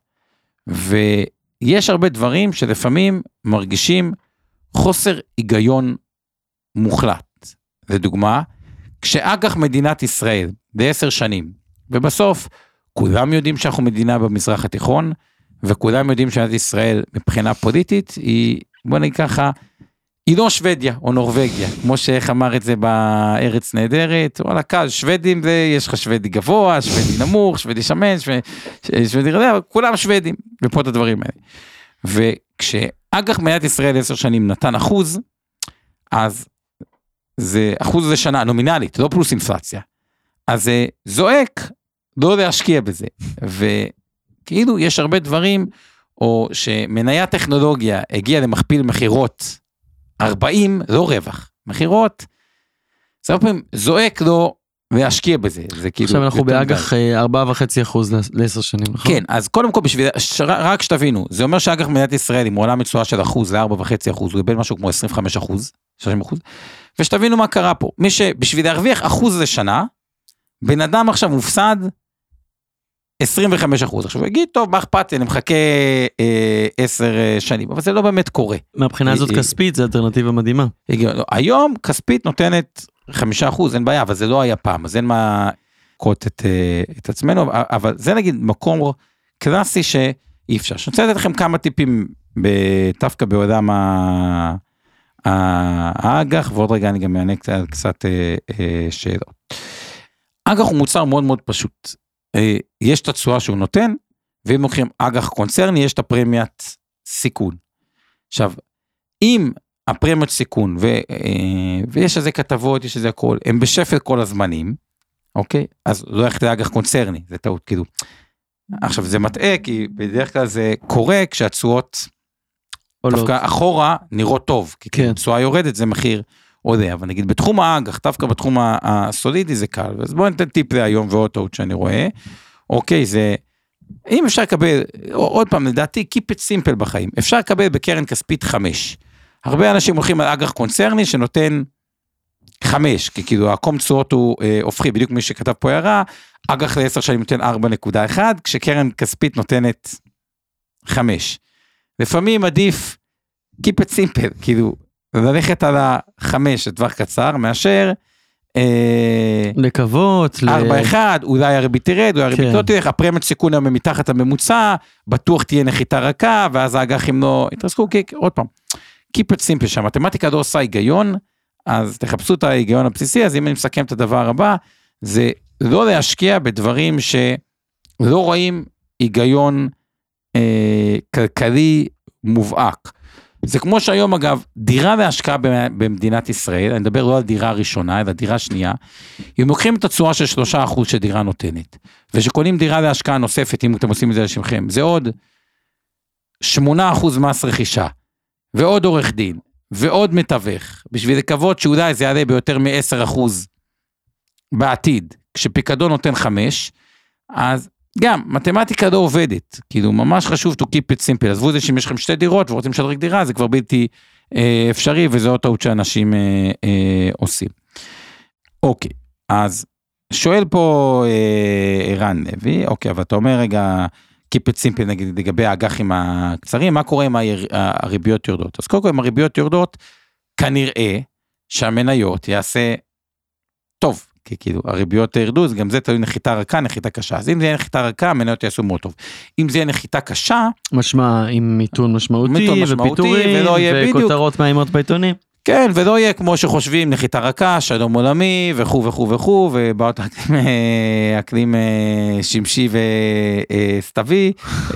ויש הרבה דברים שלפעמים מרגישים חוסר היגיון מוחלט. לדוגמה, כשאג"ח מדינת ישראל בעשר שנים, ובסוף כולם יודעים שאנחנו מדינה במזרח התיכון, וכולם יודעים שמדינת ישראל מבחינה פוליטית, היא, בוא נגיד ככה, היא לא שוודיה או נורווגיה, כמו שאיך אמר את זה בארץ נהדרת, וואלה קל, שוודים זה, יש לך שוודי גבוה, שוודי נמוך, שוודי שמן, שוודי, שוודי רדע, כולם שוודים, ופה את הדברים האלה. וכשאג"ח מדינת ישראל עשר שנים נתן אחוז, אז זה אחוז זה שנה נומינלית, לא פלוס אינפלציה. אז זה זועק לא להשקיע בזה. וכאילו יש הרבה דברים, או שמניה טכנולוגיה הגיעה למכפיל מחירות ארבעים, לא רווח. מחירות, זה הרבה פעמים זועק לא להשקיע בזה. זה כאילו עכשיו אנחנו באג"ח ארבעה וחצי אחוז לעשר שנים, נכון? כן, אז קודם כל, בשביל, רק שתבינו, זה אומר שאג"ח מדינת ישראל, עם עולם מצועה של אחוז לארבע וחצי אחוז, הוא בין משהו כמו עשרים וחמישה אחוז, שלושים אחוז, ושתבינו מה קרה פה. מי שבשביל להרוויח אחוז לשנה, בן אדם עכשיו מופסד עשרים וחמישה אחוז. עכשיו הוא יגיד, טוב, מה אכפת לי, אני מחכה אה, עשר שנים, אבל זה לא באמת קורה. מהבחינה הזאת היא, כספית, זה אלטרנטיבה מדהימה. היא, לא, היום כספית נותנת חמישה אחוז, אין בעיה, אבל זה לא היה פעם, אז אין מה קוט את, את עצמנו, אבל זה נגיד מקום קלאסי שאי אפשר. שאני רוצה לתת לכם כמה טיפים, דווקא בעולם האג"ח, ועוד רגע אני גם אענה קצת, קצת שאלות. אג"ח הוא מוצר מאוד מאוד פשוט. יש את התשואה שהוא נותן, ואם לוקחים אג"ח קונצרני, יש את הפרמיית סיכון. עכשיו, אם הפרמיית סיכון, ו, ויש איזה כתבות, יש איזה הכל, הם בשפל כל הזמנים, אוקיי? אז לא הולכת לאג"ח קונצרני, זה טעות, כאילו. עכשיו, זה מטעה, כי בדרך כלל זה קורה, כשהתשואות דווקא אחורה נראות טוב, כי כן. תשואה יורדת, זה מחיר עולה, אבל נגיד בתחום האג"ח, דווקא בתחום הסולידי זה קל, אז בואו ניתן טיפ להיום ועוד טעות שאני רואה, אוקיי, זה, אם אפשר לקבל, עוד פעם, לדעתי, keep it simple בחיים, אפשר לקבל בקרן כספית חמש, הרבה אנשים הולכים על אג"ח קונצרני שנותן חמש, כי כאילו הקום תשואות הוא אה, הופכי, בדיוק מי שכתב פה הערה, אג"ח לעשר שנים נותן ארבע נקודה אחת, כשקרן כספית נותנת חמש. לפעמים עדיף keep it simple, כאילו, ללכת על החמש לטווח קצר, מאשר אה, לקוות, ארבע אחד, אולי הריבית תרד, אולי הריבית כן. לא תלך, הפרמיית סיכון היום מתחת הממוצע, בטוח תהיה נחיתה רכה, ואז האג"חים לא יתרסקו, כי עוד פעם, keep it simple, שהמתמטיקה לא עושה היגיון, אז תחפשו את ההיגיון הבסיסי, אז אם אני מסכם את הדבר הבא, זה לא להשקיע בדברים שלא רואים היגיון אה, כלכלי מובהק. זה כמו שהיום אגב, דירה להשקעה במדינת ישראל, אני מדבר לא על דירה ראשונה, אלא דירה שנייה, אם לוקחים את התשואה של שלושה אחוז שדירה נותנת, ושקונים דירה להשקעה נוספת, אם אתם עושים את זה לשמכם, זה עוד שמונה אחוז מס רכישה, ועוד עורך דין, ועוד מתווך, בשביל לקוות שאולי זה יעלה ביותר מ-עשרה אחוז בעתיד, כשפיקדון נותן חמש, אז גם, מתמטיקה לא עובדת, כאילו ממש חשוב to keep it simple, עזבו זה שאם יש לכם שתי דירות ורוצים לשדרג דירה, זה כבר בלתי אה, אפשרי, וזו עוד טעות שאנשים אה, אה, עושים. אוקיי, אז שואל פה אה, ערן לוי, אוקיי, אבל אתה אומר רגע, keep it simple נגיד לגבי האג"חים הקצרים, מה קורה אם הריביות יורדות? אז קודם כל אם הריביות יורדות, כנראה שהמניות יעשה טוב, כי כאילו הריביות ירדו, גם זה תלוי נחיתה רכה, נחיתה קשה, אז אם זה יהיה נחיתה רכה, המניות יעשו מאוד טוב. אם זה יהיה נחיתה קשה, משמע עם מיתון משמעותי, ופיטורים, וכותרות מאיימות בעיתונים. כן, ולא יהיה כמו שחושבים, נחיתה רכה, שלום עולמי, וכו' וכו' וכו', ובאות אקלים, אקלים שמשי וסתווי,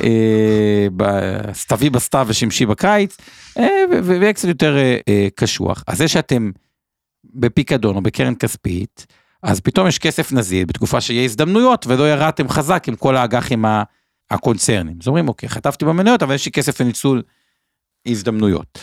סתווי בסתיו ושמשי בקיץ, ויהיה קצת יותר קשוח. אז זה שאתם בפיקדון או בקרן כספית, אז פתאום יש כסף נזיל, בתקופה שיהיה הזדמנויות, ולא ירדתם חזק עם כל האג"חים הקונצרנים. אז אומרים, אוקיי, חטפתי במניות, אבל יש לי כסף לניצול הזדמנויות.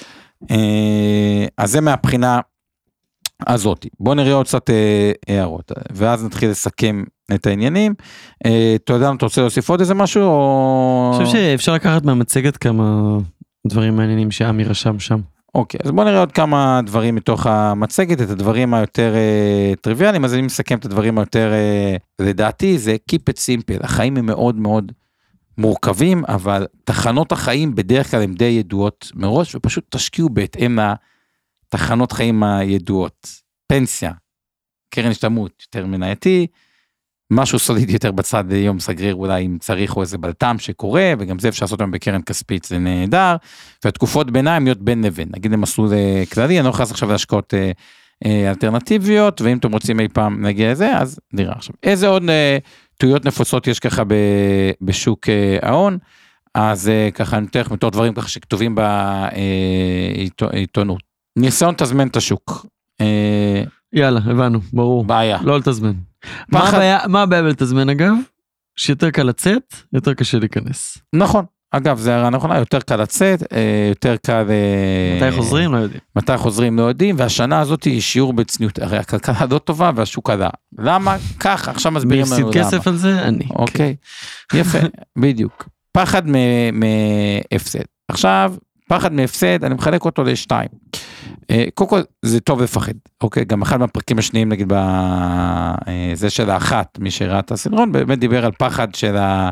אז זה מהבחינה הזאת. בואו נראה עוד קצת הערות, ואז נתחיל לסכם את העניינים. אתה יודע, אתה רוצה להוסיף עוד איזה משהו? אני חושב שאפשר לקחת מהמצגת כמה דברים מעניינים שעמי רשם שם. אוקיי, אז בואו נראה עוד כמה דברים מתוך המצגת, את הדברים היותר uh, טריוויאליים, אז אני מסכם את הדברים היותר, uh, לדעתי זה keep it simple, החיים הם מאוד מאוד מורכבים, אבל תחנות החיים בדרך כלל הן די ידועות מראש, ופשוט תשקיעו בהתאם לתחנות חיים הידועות, פנסיה, קרן השתלמות יותר מנייתי, משהו סולידי יותר בצד יום סגריר, אולי אם צריך או איזה בלטם שקורה, וגם זה אפשר לעשות אותם בקרן כספית, זה נהדר, והתקופות ביניים להיות בין לבין, נגיד למסלול כללי, אני לא נכנס עכשיו להשקעות אלטרנטיביות, ואם אתם רוצים אי פעם להגיע לזה, אז נראה עכשיו. איזה עוד טעויות נפוצות יש ככה בשוק ההון, אז ככה אני נותן מתוך דברים ככה שכתובים בעיתונות. ניסיון תזמן את השוק. יאללה, הבנו, ברור. בעיה. לא לתזמן. מה הבעיה לתזמן אגב? שיותר קל לצאת, יותר קשה להיכנס. נכון, אגב זה הרעיון נכונה, יותר קל לצאת, יותר קל... מתי חוזרים לא יודעים. מתי חוזרים לא יודעים, והשנה הזאת היא שיעור בצניעות, הרי הכלכלה לא טובה והשוק עלה. למה? ככה, עכשיו מסבירים לנו למה. מפסיד כסף על זה? אני. אוקיי, יפה, בדיוק. פחד מהפסד. עכשיו, פחד מהפסד, אני מחלק אותו לשתיים. קודם כל, זה טוב לפחד, אוקיי? גם אחד מהפרקים השניים, נגיד, זה של האחת, מי שראה את הסדרון, באמת דיבר על פחד של, ה,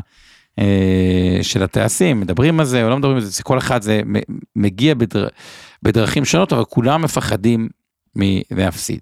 של הטייסים, מדברים על זה או לא מדברים על זה, כל אחד זה מגיע בדר, בדרכים שונות, אבל כולם מפחדים מלהפסיד.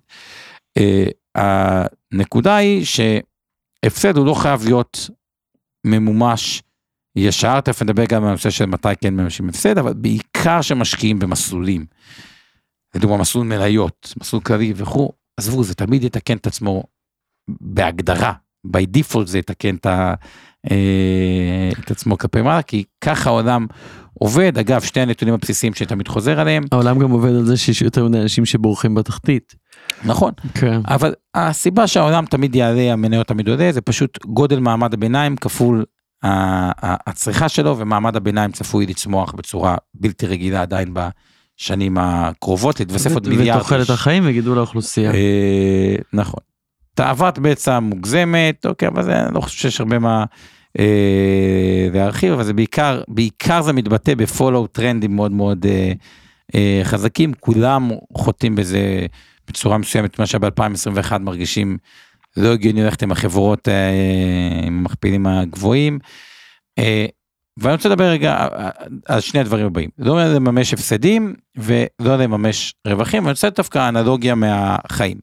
הנקודה היא שהפסד הוא לא חייב להיות ממומש ישר, תכף נדבר גם על הנושא של מתי כן ממשים הפסד, אבל בעיקר שמשקיעים במסלולים, לדוגמה מסלול מניות, מסלול כללי וכו', עזבו, זה תמיד יתקן את עצמו בהגדרה, by default זה יתקן את, ה, אה, את עצמו כלפי מעלה, כי ככה העולם עובד, אגב, שתי הנתונים הבסיסיים שתמיד חוזר עליהם. העולם גם עובד על זה שיש יותר מדי אנשים שבורחים בתחתית. נכון, כן. אבל הסיבה שהעולם תמיד יעלה, המניות תמיד עולה, זה פשוט גודל מעמד הביניים כפול הצריכה שלו, ומעמד הביניים צפוי לצמוח בצורה בלתי רגילה עדיין בשנים הקרובות, להתווסף עוד מיליארד. ותוחלת החיים וגידול האוכלוסייה. נכון. תאוות בצע מוגזמת, אוקיי, אבל זה, אני לא חושב שיש הרבה מה להרחיב, אבל זה בעיקר, בעיקר זה מתבטא בפולו טרנדים מאוד מאוד חזקים, כולם חוטאים בזה בצורה מסוימת, מה שב-אלפיים עשרים ואחת מרגישים לא הגיוני ללכת עם החברות עם המכפילים הגבוהים, ואני רוצה לדבר רגע על שני הדברים הבאים, לא לממש הפסדים ולא לממש רווחים, ואני רוצה דווקא אנלוגיה מהחיים.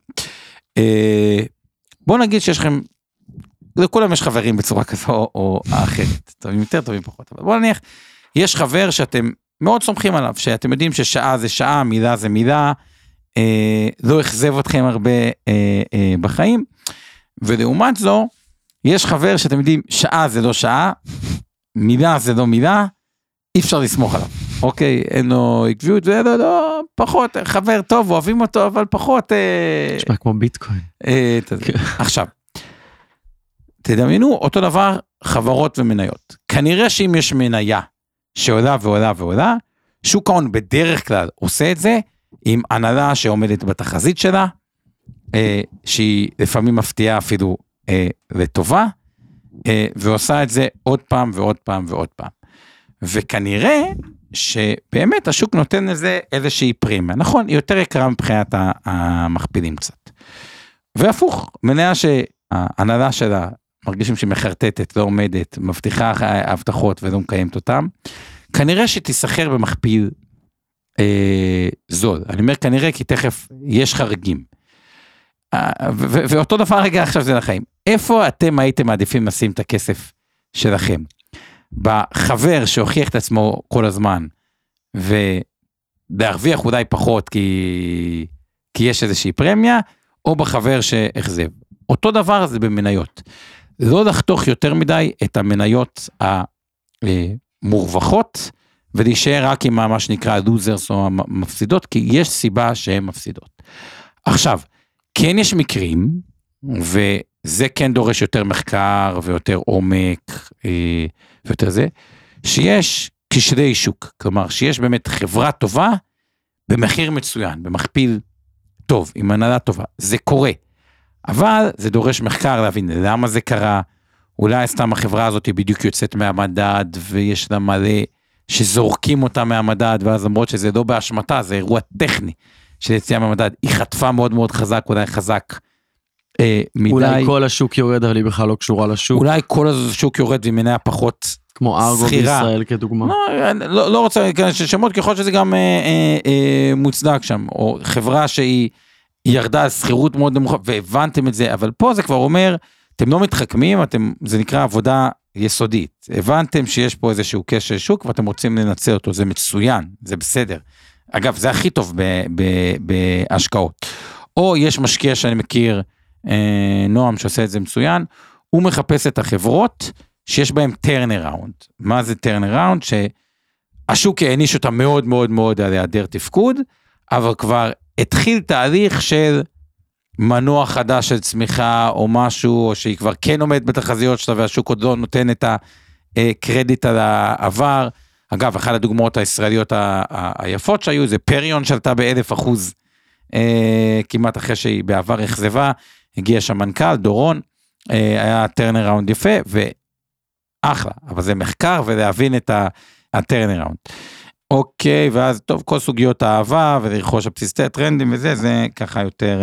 בואו נגיד שיש לכם, לכולם יש חברים בצורה כזו או אחרת, טובים יותר, טובים פחות, אבל בואו נניח, יש חבר שאתם מאוד סומכים עליו, שאתם יודעים ששעה זה שעה, מילה זה מילה, אה, לא אכזב אתכם הרבה אה, אה, בחיים, ולעומת זו, יש חבר שאתם יודעים, שעה זה לא שעה, מילה זה לא מילה, אי אפשר לסמוך עליו, אוקיי, אין לו עקביות, זה לא, לא, פחות, חבר טוב, אוהבים אותו, אבל פחות... נשמע כמו ביטקוין. אה, עכשיו, תדמיינו אותו דבר חברות ומניות. כנראה שאם יש מניה שעולה ועולה ועולה, שוק ההון בדרך כלל עושה את זה, עם הנהלה שעומדת בתחזית שלה, אה, שהיא לפעמים מפתיעה אפילו אה, לטובה, אה, ועושה את זה עוד פעם ועוד פעם ועוד פעם. וכנראה שבאמת השוק נותן לזה איזושהי פרימיה, נכון? היא יותר יקרה מבחינת המכפילים קצת. והפוך, מניה שההנהלה שלה מרגישים שהיא מחרטטת, לא עומדת, מבטיחה הבטחות ולא מקיימת אותם, כנראה שתיסחר במכפיל אה, זול. אני אומר כנראה כי תכף יש חריגים. אה, ו- ואותו דבר רגע עכשיו זה לחיים. איפה אתם הייתם מעדיפים לשים את הכסף שלכם? בחבר שהוכיח את עצמו כל הזמן, ולהרוויח אולי פחות כי, כי יש איזושהי פרמיה, או בחבר שהחזב. אותו דבר זה במניות. לא לחתוך יותר מדי את המניות המורווחות, ולהישאר רק עם מה שנקרא לוזרס או המפסידות, כי יש סיבה שהן מפסידות. עכשיו, כן יש מקרים, וזה כן דורש יותר מחקר ויותר עומק ויותר זה, שיש כשלי שוק, כלומר שיש באמת חברה טובה במחיר מצוין, במכפיל טוב, עם הנהלה טובה, זה קורה, אבל זה דורש מחקר להבין למה זה קרה, אולי סתם החברה הזאת היא בדיוק יוצאת מהמדד, ויש לה מלא שזורקים אותה מהמדד, ואז למרות שזה לא באשמתה, זה אירוע טכני של יציאה מהמדד, היא חטפה מאוד מאוד חזק, אולי חזק אה, מדי. אולי כל השוק יורד, אבל היא בכלל לא קשורה לשוק. אולי כל השוק יורד והיא מניה פחות כמו ארגו בישראל כדוגמה. לא, לא, לא רוצה להיכנס לשמות, ככל שזה גם אה, אה, אה, מוצדק שם, או חברה שהיא ירדה על שכירות מאוד נמוכה, והבנתם את זה, אבל פה זה כבר אומר, אתם לא מתחכמים, אתם, זה נקרא עבודה יסודית, הבנתם שיש פה איזשהו קשר שוק, ואתם רוצים לנצל אותו, זה מצוין, זה בסדר. אגב, זה הכי טוב ב, ב, בהשקעות. או יש משקיע שאני מכיר, אה, נועם שעושה את זה מצוין, הוא מחפש את החברות, שיש בהם turnaround. מה זה turnaround? שהשוק העניש אותה מאוד מאוד מאוד על היעדר תפקוד, אבל כבר התחיל תהליך של מנוע חדש של צמיחה או משהו, או שהיא כבר כן עומד בתחזיות שלה, והשוק עוד לא נותן את הקרדיט על העבר. אגב, אחת הדוגמאות הישראליות היפות שהיו, זה פריון שלתה באלף אחוז, כמעט אחרי שהיא בעבר אכזבה, הגיע שם מנכ"ל, דורון, היה turnaround יפה, ואחלה, אבל זה מחקר ולהבין את ה-turnaround. אוקיי, ואז טוב, כל סוגיות האהבה, ולרכוש הבסיסי הטרנדים וזה, זה ככה יותר,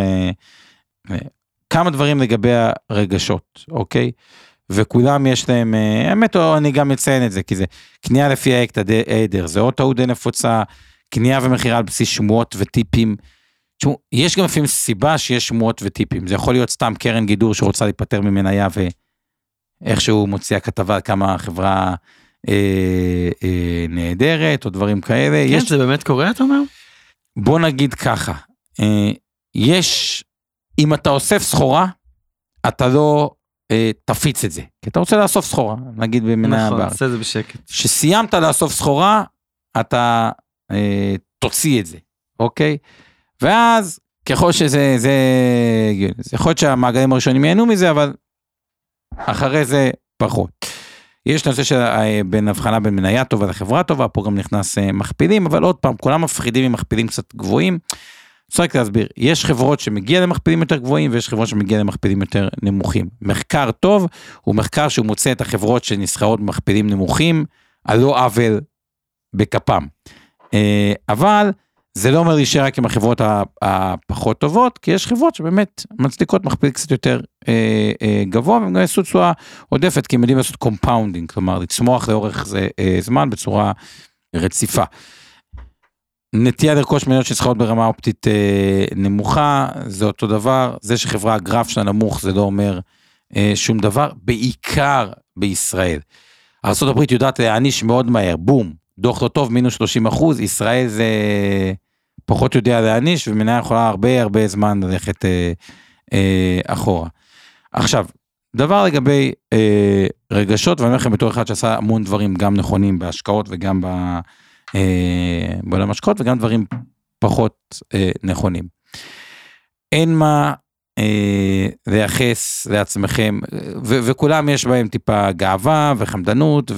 כמה דברים לגבי הרגשות, אוקיי? וכולם יש להם, האמת, אני גם מציין את זה, כי זה קנייה לפי האקט העדר, זה או טעות די נפוצה, קנייה ומחירה על בסיס שמועות וטיפים, תשמעו, יש גם לפעמים סיבה שיש שמועות וטיפים, זה יכול להיות סתם קרן גידור שרוצה להיפטר ממניה, ואיכשהו מוציאה כתבה על כמה החברה אה, אה, נהדרת, או דברים כאלה. כן, יש... זה באמת קורה, אתה אומר? בוא נגיד ככה, אה, יש, אם אתה אוסף סחורה, אתה לא אה, תפיץ את זה, כי אתה רוצה לאסוף סחורה, נגיד במניה נכון, בארץ. עושה זה בשקט. שסיימת לאסוף סחורה, אתה אה, תוציא את זה, אוקיי? ואז, ככל שזה, זה, זה יכול להיות שהמעגלים הראשונים ייהנו מזה, אבל אחרי זה פחות. יש נושא של בין הבחנה בין מניה טובה לחברה טובה, פה גם נכנס מכפילים, אבל עוד פעם, כולם מפחידים עם מכפילים קצת גבוהים. צריך רק להסביר, יש חברות שמגיע למכפילים יותר גבוהים, ויש חברות שמגיע למכפילים יותר נמוכים. מחקר טוב, הוא מחקר שהוא מוצא את החברות שנסחרות במכפילים נמוכים, על לא עוול בכפם. אבל, זה לא אומר להישאר רק עם החברות הפחות טובות, כי יש חברות שבאמת מצדיקות מכפיל קצת יותר אה, אה, גבוה, והם גם יעשו תשואה עודפת, כי הם יודעים לעשות קומפאונדינג, כלומר, לצמוח לאורך זה, אה, זמן בצורה רציפה. נטייה לרכוש מניות שנסחרות ברמה אופטית אה, נמוכה, זה אותו דבר, זה שחברה הגרף שלה נמוך, זה לא אומר אה, שום דבר, בעיקר בישראל. ארצות הברית יודעת להעניש מאוד מהר, בום, דוח לא טוב, מינוס שלושים אחוז, ישראל זה פחות יודע להעניש, ומניה יכולה הרבה הרבה זמן ללכת אה, אה, אחורה. עכשיו, דבר לגבי אה, רגשות, ואני אומר לכם בתור אחד שעשה המון דברים גם נכונים בהשקעות וגם ב, אה, בעולם השקעות, וגם דברים פחות אה, נכונים. אין מה אה, לייחס לעצמכם, ו- וכולם יש בהם טיפה גאווה וחמדנות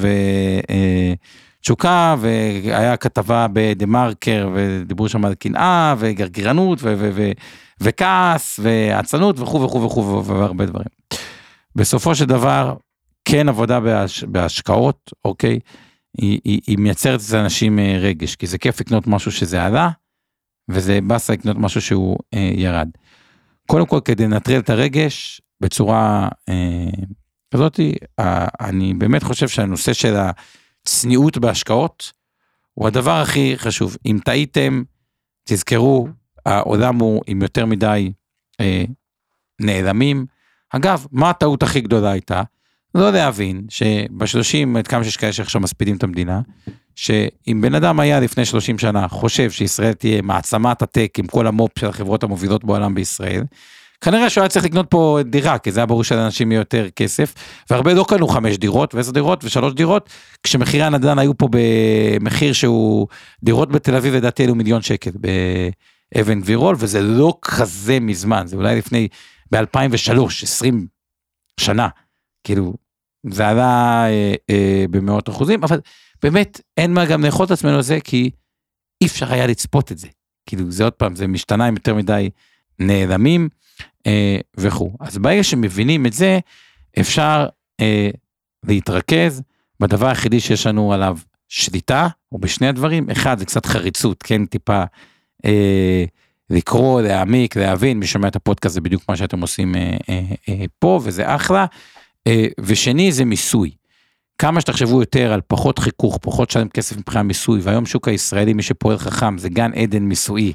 ותשוקה, והיה כתבה בדה-מרקר, ודיברו שם על קנאה וגרגירנות ו- ו- ו- וכעס ועצנות וכו' וכו' וכו' והרבה דברים. בסופו של דבר, כן עבודה בהש... בהשקעות, אוקיי, היא, היא, היא מייצרת את האנשים רגש, כי זה כיף לקנות משהו שזה עלה, וזה בסה לקנות משהו שהוא אה, ירד. קודם כל, כדי לנטרל את הרגש, בצורה אה, כזאת, אה, אני באמת חושב שהנושא של הצניעות בהשקעות, הוא הדבר הכי חשוב. אם טעיתם, תזכרו, העולם הוא עם יותר מדי אה, נעלמים. אגב, מה הטעות הכי גדולה הייתה? לא להבין שבשלושים, את כמה שיש כאלה שעכשיו מספידים את המדינה, שאם בן אדם היה לפני שלושים שנה, חושב שישראל תהיה מעצמת הטק עם כל המופ של החברות המובילות בעולם בישראל, כנראה שהוא היה צריך לקנות פה דירה, כי זה היה ברור שלאנשים יהיה יותר כסף, והרבה לא קנו חמש דירות, ועשר דירות, ושלוש דירות, כשמחירי הנדל"ן היו פה במחיר שהוא, דירות בתל אביב לדעתי אלו מיליון שקל, באבן גבירול, וזה לא כזה מזמן, זה אולי לפני, ב-אלפיים ושלוש, עשרים שנה, כאילו, זה עלה אה, אה, במאות אחוזים, אבל באמת אין מה גם לאכול את עצמנו על זה, כי אי אפשר היה לצפות את זה, כאילו זה עוד פעם, זה משתנה עם יותר מדי נעלמים אה, וכו'. אז ברגע שמבינים את זה, אפשר אה, להתרכז בדבר היחידי שיש לנו עליו שליטה, או בשני הדברים, אחד זה קצת חריצות, כן, טיפה אה, לקרוא, להעמיק, להבין, מי שומע את הפודקאסט זה בדיוק מה שאתם עושים אה, אה, אה, פה, וזה אחלה, אה, ושני זה מיסוי. כמה שתחשבו יותר על פחות חיכוך, פחות שלם כסף מבחינה מיסוי, והיום שוק הישראלי, מי שפועל חכם, זה גן עדן מיסוי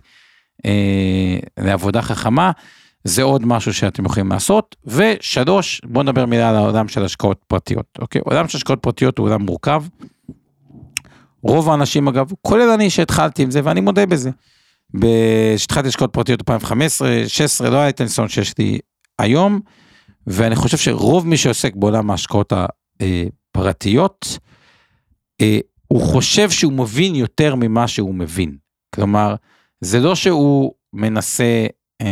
אה, לעבודה חכמה, זה עוד משהו שאתם יכולים לעשות, ושלוש, בואו נדבר מילה על העולם של השקעות פרטיות, אוקיי? עולם של השקעות פרטיות הוא עולם מורכב, רוב האנשים אגב, כולל אני שהתחלתי עם זה, ואני מודה בזה, כשהתחלתי השקעות פרטיות אלפיים וחמש עשרה, שש עשרה, לא היה את הניסיון שיש לי היום, ואני חושב שרוב מי שעוסק בעולם ההשקעות הפרטיות, הוא חושב שהוא מבין יותר ממה שהוא מבין, כלומר, זה לא שהוא מנסה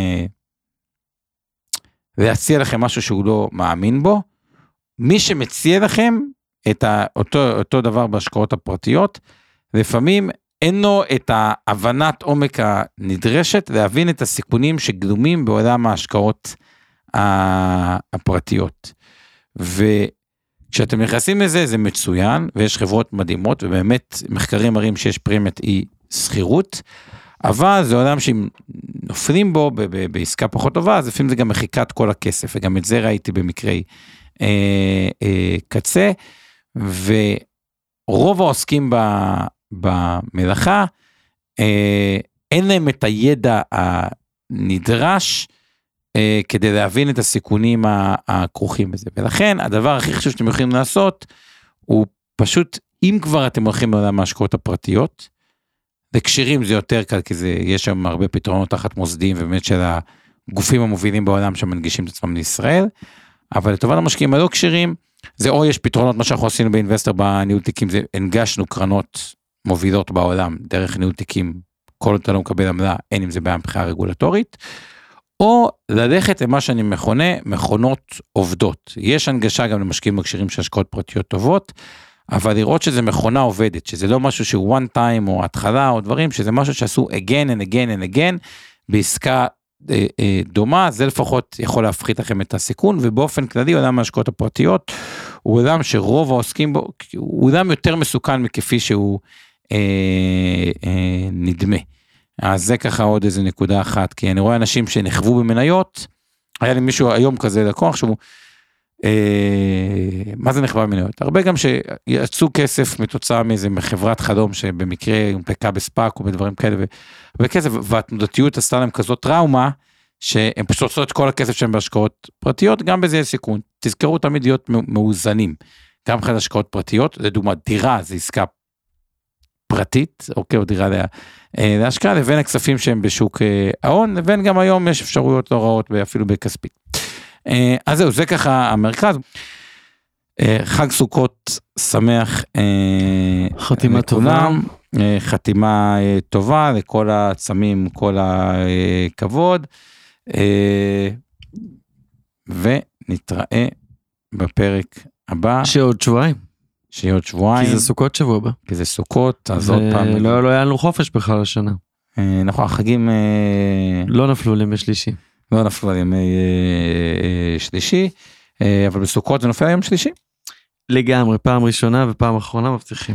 להציע לכם משהו שהוא לא מאמין בו, מי שמציע לכם את אותו, אותו דבר בהשקעות הפרטיות, לפעמים אין לו את ההבנת עומק הנדרשת, להבין את הסיכונים שגלומים בעולם ההשקעות הפרטיות. וכשאתם נכנסים לזה, זה מצוין, ויש חברות מדהימות, ובאמת מחקרים מראים שיש פרמיית אי סחירות, אבל זה עולם שאם נופלים בו ב- ב- בעסקה פחות טובה, אז לפעמים זה גם מחיקת כל הכסף, וגם את זה ראיתי במקרי אה, אה, קצה, ורוב העוסקים ב- במלאכה, אה, אין להם את הידע הנדרש, אה, כדי להבין את הסיכונים הכרוכים בזה, ולכן הדבר הכי חשוב שאתם יכולים לעשות, הוא פשוט, אם כבר אתם הולכים לעולם ההשקעות הפרטיות, לקשירים זה יותר קל, כי זה, יש שם הרבה פתרונות תחת מוסדים, ובאמת של הגופים המובילים בעולם שמנגישים את עצמם לישראל, אבל לטובת המשקיעים הלא קשירים, זה או יש פתרונות, מה שאנחנו עשינו באינבסטר בניהול תיקים, זה הנגשנו קרנות מובילות בעולם, דרך ניהול תיקים, כל אתה לא מקבל עמלה, אין אם זה בעיה מבחינה רגולטורית, או ללכת למה שאני מכונה, מכונות עובדות. יש הנגשה גם למשקיעים בקשירים של השקעות פרטיות טובות, אבל לראות שזה מכונה עובדת, שזה לא משהו שהוא one time או התחלה או דברים, שזה משהו שעשו again and again and again, בעסקה אה, אה, דומה, זה לפחות יכול להפחית לכם את הסיכון, ובאופן כללי עולם ההשקעות הפרטיות, הוא עולם שרוב העוסקים בו, הוא עולם יותר מסוכן מכפי שהוא אה, אה, נדמה. אז זה ככה עוד איזה נקודה אחת, כי אני רואה אנשים שנחוו במניות, היה לי מישהו היום כזה לקוח שהוא, מה זה נחבא במניות? הרבה גם שיצאו כסף מתוצאה מאיזה חברת חלום שבמקרה הונפקה בספאק או בדברים כאלה, וכסף, והתנודתיות עשתה להם כזאת טראומה, שהם פשוט עושות את כל הכסף שהם בהשקעות פרטיות, גם בזה יש סיכון. תזכרו תמיד להיות מאוזנים, גם מבחינת השקעות פרטיות, לדוגמה דירה זה עסקה פרטית, אוקיי, או דירה לה, להשקעה, לבין הכספים שהם בשוק ההון, לבין גם היום יש אפשרויות לא רעות, אפילו בכספי. אז זהו, זה ככה המרכז. חג סוכות שמח. חתימה טובה. חתימה טובה לכל הצמים, כל הכבוד. ונתראה בפרק הבא. שעוד שבועיים. שעוד שבועיים. כי זה סוכות שבוע הבא. כי זה סוכות, אז עוד פעם. לא, לא היה לנו חופש בכלל השנה. נכון, החגים... לא נפלו לימי שלישי. לא נפלו לימי שלישי, אבל בסוכות זה נופל היום שלישי. לגמרי, פעם ראשונה ופעם אחרונה מבטיחים.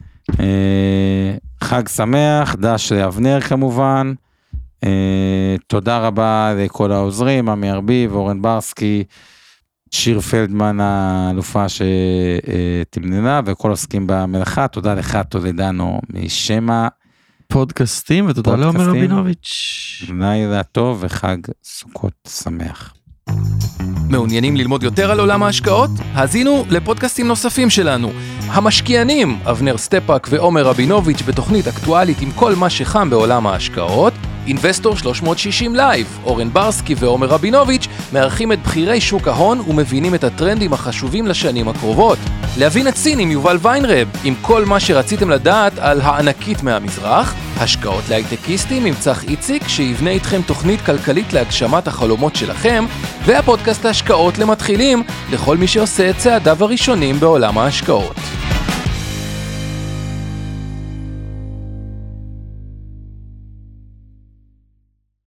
חג שמח, דש לאבנר כמובן. תודה רבה לכל העוזרים, עמי ארביב, אורן ברסקי, שיר פלדמן האלופה שתמננה, וכל עוסקים במלאכה. תודה לך טולדנו משמע פודקאסטים, ותודה לעומר רבינוביץ'. לילה טוב וחג סוכות שמח. מעוניינים ללמוד יותר על עולם ההשקעות? האזינו לפודקאסטים נוספים שלנו. המשקיענים, אבנר סטפאק ועומר רבינוביץ' בתוכנית אקטואלית עם כל מה שחם בעולם ההשקעות. אינבסטור שלוש מאות שישים לייב, אורן ברסקי ועומר רבינוביץ' מארחים את בחירי שוק ההון ומבינים את הטרנדים החשובים לשנים הקרובות. להבין את סין עם יובל ויינרב, עם כל מה שרציתם לדעת על הענקית מהמזרח. השקעות להייטקיסטים עם צח איציק, שיבנה איתכם תוכנית כלכלית להגשמת החלומות שלכם, והפודקאסט ההשקעות למתחילים, לכל מי שעושה את צעדיו הראשונים בעולם ההשקעות.